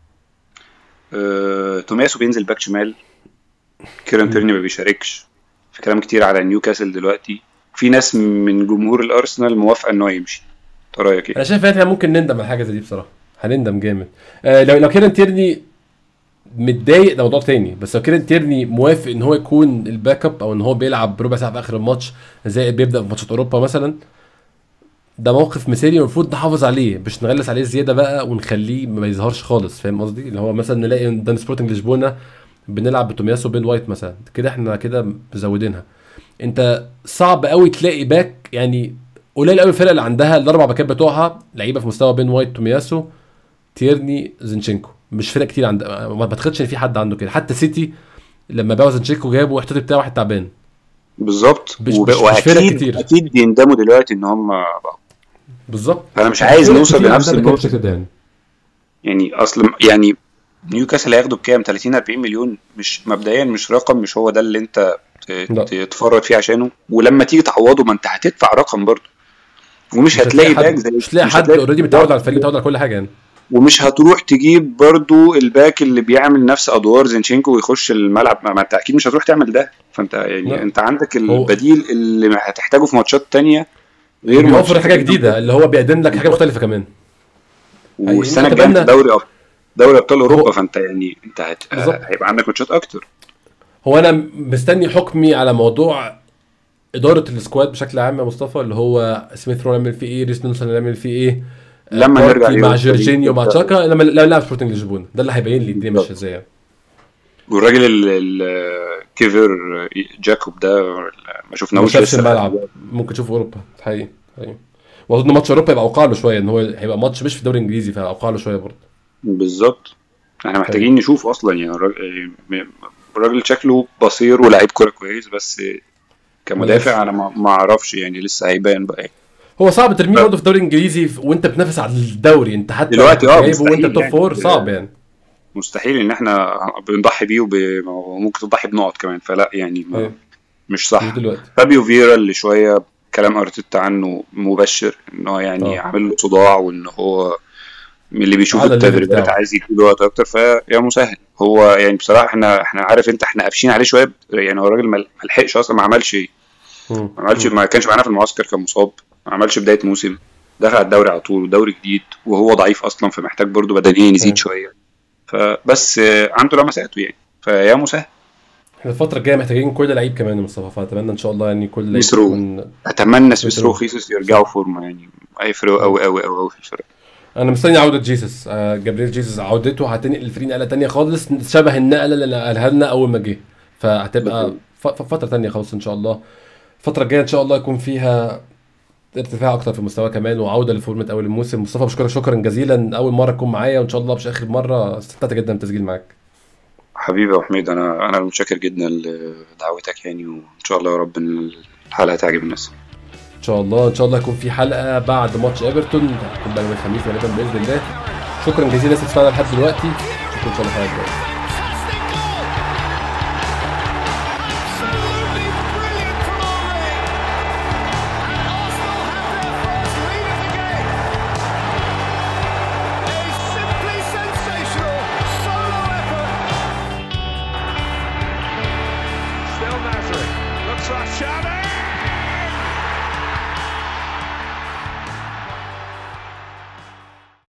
Speaker 2: تومياسو بينزل باك شمال، كيران
Speaker 1: مم.
Speaker 2: تيرني ما بيشاركش. في كلام كتير على نيوكاسل دلوقتي، في ناس من جمهور الارسنال موافقه ان هو يمشي. انت رايك ايه؟
Speaker 1: انا شايف ان احنا ممكن نندم على حاجه زي دي بصراحه. هنندم جامد. لو كيران تيرني متضايق ده موضوع تاني، بس لو كيران تيرني موافق ان هو يكون الباك اب، او ان هو بيلعب بربع ساعه في اخر الماتش زي بيبدا في ماتشات اوروبا مثلا، ده موقف مثالي المفروض نحافظ عليه، مش نغلس عليه زياده بقى ونخليه ما يظهرش خالص. فاهم قصدي؟ اللي هو مثلا نلاقي دان سبورتنج لشبونه بنلعب بتومياسو بين وايت مثلا، كده احنا كده مزودينها. انت صعب قوي تلاقي باك يعني. قليل قوي الفرق اللي عندها الاربع باكات بتوعها لعيبه في مستوى بين وايت، تومياسو، تيرني، زينشينكو. مش فرق كتير ما بتخدش ان في حد عنده كده. حتى سيتي لما باعوا زينشينكو جابوا احتياطي بتاع واحد تعبان.
Speaker 2: بالظبط.
Speaker 1: مش فرق
Speaker 2: واكيد
Speaker 1: كتير.
Speaker 2: اكيد بيندموا دلوقتي ان هم بقوا.
Speaker 1: بالظبط.
Speaker 2: فانا مش
Speaker 1: مش
Speaker 2: عايز
Speaker 1: فرق
Speaker 2: نوصل
Speaker 1: كتير عندها
Speaker 2: لنفس
Speaker 1: باكات
Speaker 2: النقطه
Speaker 1: بالشكل
Speaker 2: دي.
Speaker 1: ده يعني.
Speaker 2: يعني اصل يعني نيوكاسل هياخدوا بكام؟ 30 40 مليون. مش مبدئيا مش رقم، مش هو ده اللي انت
Speaker 1: لا،
Speaker 2: تتفرج فيه عشانه. ولما تيجي تعوضه ما انت هتدفع رقم برضه، ومش
Speaker 1: مش هتلاقي
Speaker 2: هتلاقي باك
Speaker 1: حد
Speaker 2: زي
Speaker 1: مش هتلاقي
Speaker 2: مش
Speaker 1: حد
Speaker 2: هتلاقي
Speaker 1: اوريدي متعود
Speaker 2: بالظبط.
Speaker 1: على الفريق، متعود على كل حاجه يعني.
Speaker 2: ومش هتروح تجيب برضو الباك اللي بيعمل نفس ادوار زينشينكو ويخش الملعب، ما انت اكيد مش هتروح تعمل ده. فانت يعني
Speaker 1: لا.
Speaker 2: انت عندك البديل اللي هتحتاجه في ماتشات تانية غير
Speaker 1: بيوفر
Speaker 2: ماتشات
Speaker 1: حاجه جديده، اللي هو بيقدم لك حاجه مختلفه كمان.
Speaker 2: والسنه
Speaker 1: يعني
Speaker 2: الجايه
Speaker 1: أتمنى-
Speaker 2: دوري ابطال اوروبا، فانت يعني انت
Speaker 1: بالظبط.
Speaker 2: هيبقى عندك ماتشات اكتر.
Speaker 1: هو انا مستني حكمي على موضوع اداره السكواد بشكل عام يا مصطفى، اللي هو سميث رو يعمل فيه ايه، ريس نيلسون يعمل فيه ايه،
Speaker 2: لما نرجع
Speaker 1: باركلي مع
Speaker 2: ليوروبا ليج
Speaker 1: جورجينيو مع
Speaker 2: تبدأ.
Speaker 1: تشاكا، لما لا سبورتنج لشبونه، ده اللي هيبين لي الدنيا ماشيه ازاي يعني.
Speaker 2: والراجل كيفر جاكوب ده ما
Speaker 1: ما
Speaker 2: شفناهوش
Speaker 1: شافش
Speaker 2: لسه
Speaker 1: الملعب، ممكن تشوف اوروبا حقيقي. واظن ماتش اوروبا يبقى اوقع له شويه، ان هو هيبقى ماتش مش في الدوري الانجليزي، فاوقع له شويه برضه.
Speaker 2: بالظبط. احنا
Speaker 1: حقيقي.
Speaker 2: محتاجين نشوف اصلا يعني الراجل شكله بصير ولاعيب كوره كويس، بس كمدافع انا ما اعرفش يعني، لسه هيبان بقى.
Speaker 1: هو صعب ترميه برضه في الدوري الانجليزي وانت بتنافس على الدوري، انت حتى
Speaker 2: دلوقتي
Speaker 1: جايبه
Speaker 2: مستحيل
Speaker 1: وانت توب
Speaker 2: يعني.
Speaker 1: فور صعب يعني.
Speaker 2: مستحيل ان احنا بنضحي بيه وممكن تضحي بنقط كمان، فلا يعني
Speaker 1: أيوة.
Speaker 2: مش صح.
Speaker 1: مش دلوقتي.
Speaker 2: فابيو فيرا اللي شويه كلام ارتيتا عنه مبشر، ان هو يعني عامل له صداع، وان هو من اللي بيشوف
Speaker 1: على الليفل
Speaker 2: التدريبات
Speaker 1: بتاعه.
Speaker 2: عايز يديله وقت اكتر، فيا مسهل. هو يعني بصراحه احنا عارف انت، احنا قافشين عليه شويه يعني. هو الراجل ما لحقش اصلا، ما عملش ما كانش معانا في المعسكر، كان مصاب، ما عملش بدايه موسم، دخل على الدوري على طول، ودوري جديد وهو ضعيف اصلا، فمحتاج برضو بدنيا يزيد شويه. فبس عنده لمساته يعني، فيا مسهل.
Speaker 1: احنا الفتره الجايه محتاجين كل لعيب كمان يا مصطفى، فاتمنى ان شاء الله يعني كل لعيب
Speaker 2: ميسرو،
Speaker 1: يكون.
Speaker 2: اتمنى سويسرو خيسوس يرجعوا فورمه يعني، هيفرقوا قوي قوي قوي في الفرق.
Speaker 1: انا مستني عوده جيسس، جابريل جيسس عودته هتنقل الفريق نقله تانية خالص، شبه النقله اللي نقلها لنا اول ما جه، فهتبقى فتره تانية خالص ان شاء الله. الفتره الجايه ان شاء الله يكون فيها ارتفاع اكتر في المستوى كمان، وعوده لفورمه اول الموسم. مصطفى بشكرك شكرا جزيلا، اول مره تكون معايا، وان شاء الله مش اخر مره. استمتعت جدا بالتسجيل معاك
Speaker 2: حبيبي يا حميد، انا متشكر جدا لدعوتك يعني، وان شاء الله يا رب ان الحلقه تعجب الناس.
Speaker 1: ان شاء الله. ان شاء الله يكون في حلقه بعد ماتش ايفرتون، هتكون بقى يوم الخميس غالبا باذن الله. شكرا جزيلا الناس اللي بتسمعنا لحد دلوقتي، شكرا ان شاء الله الحلقه الجايه.
Speaker 3: Looks like Xavi!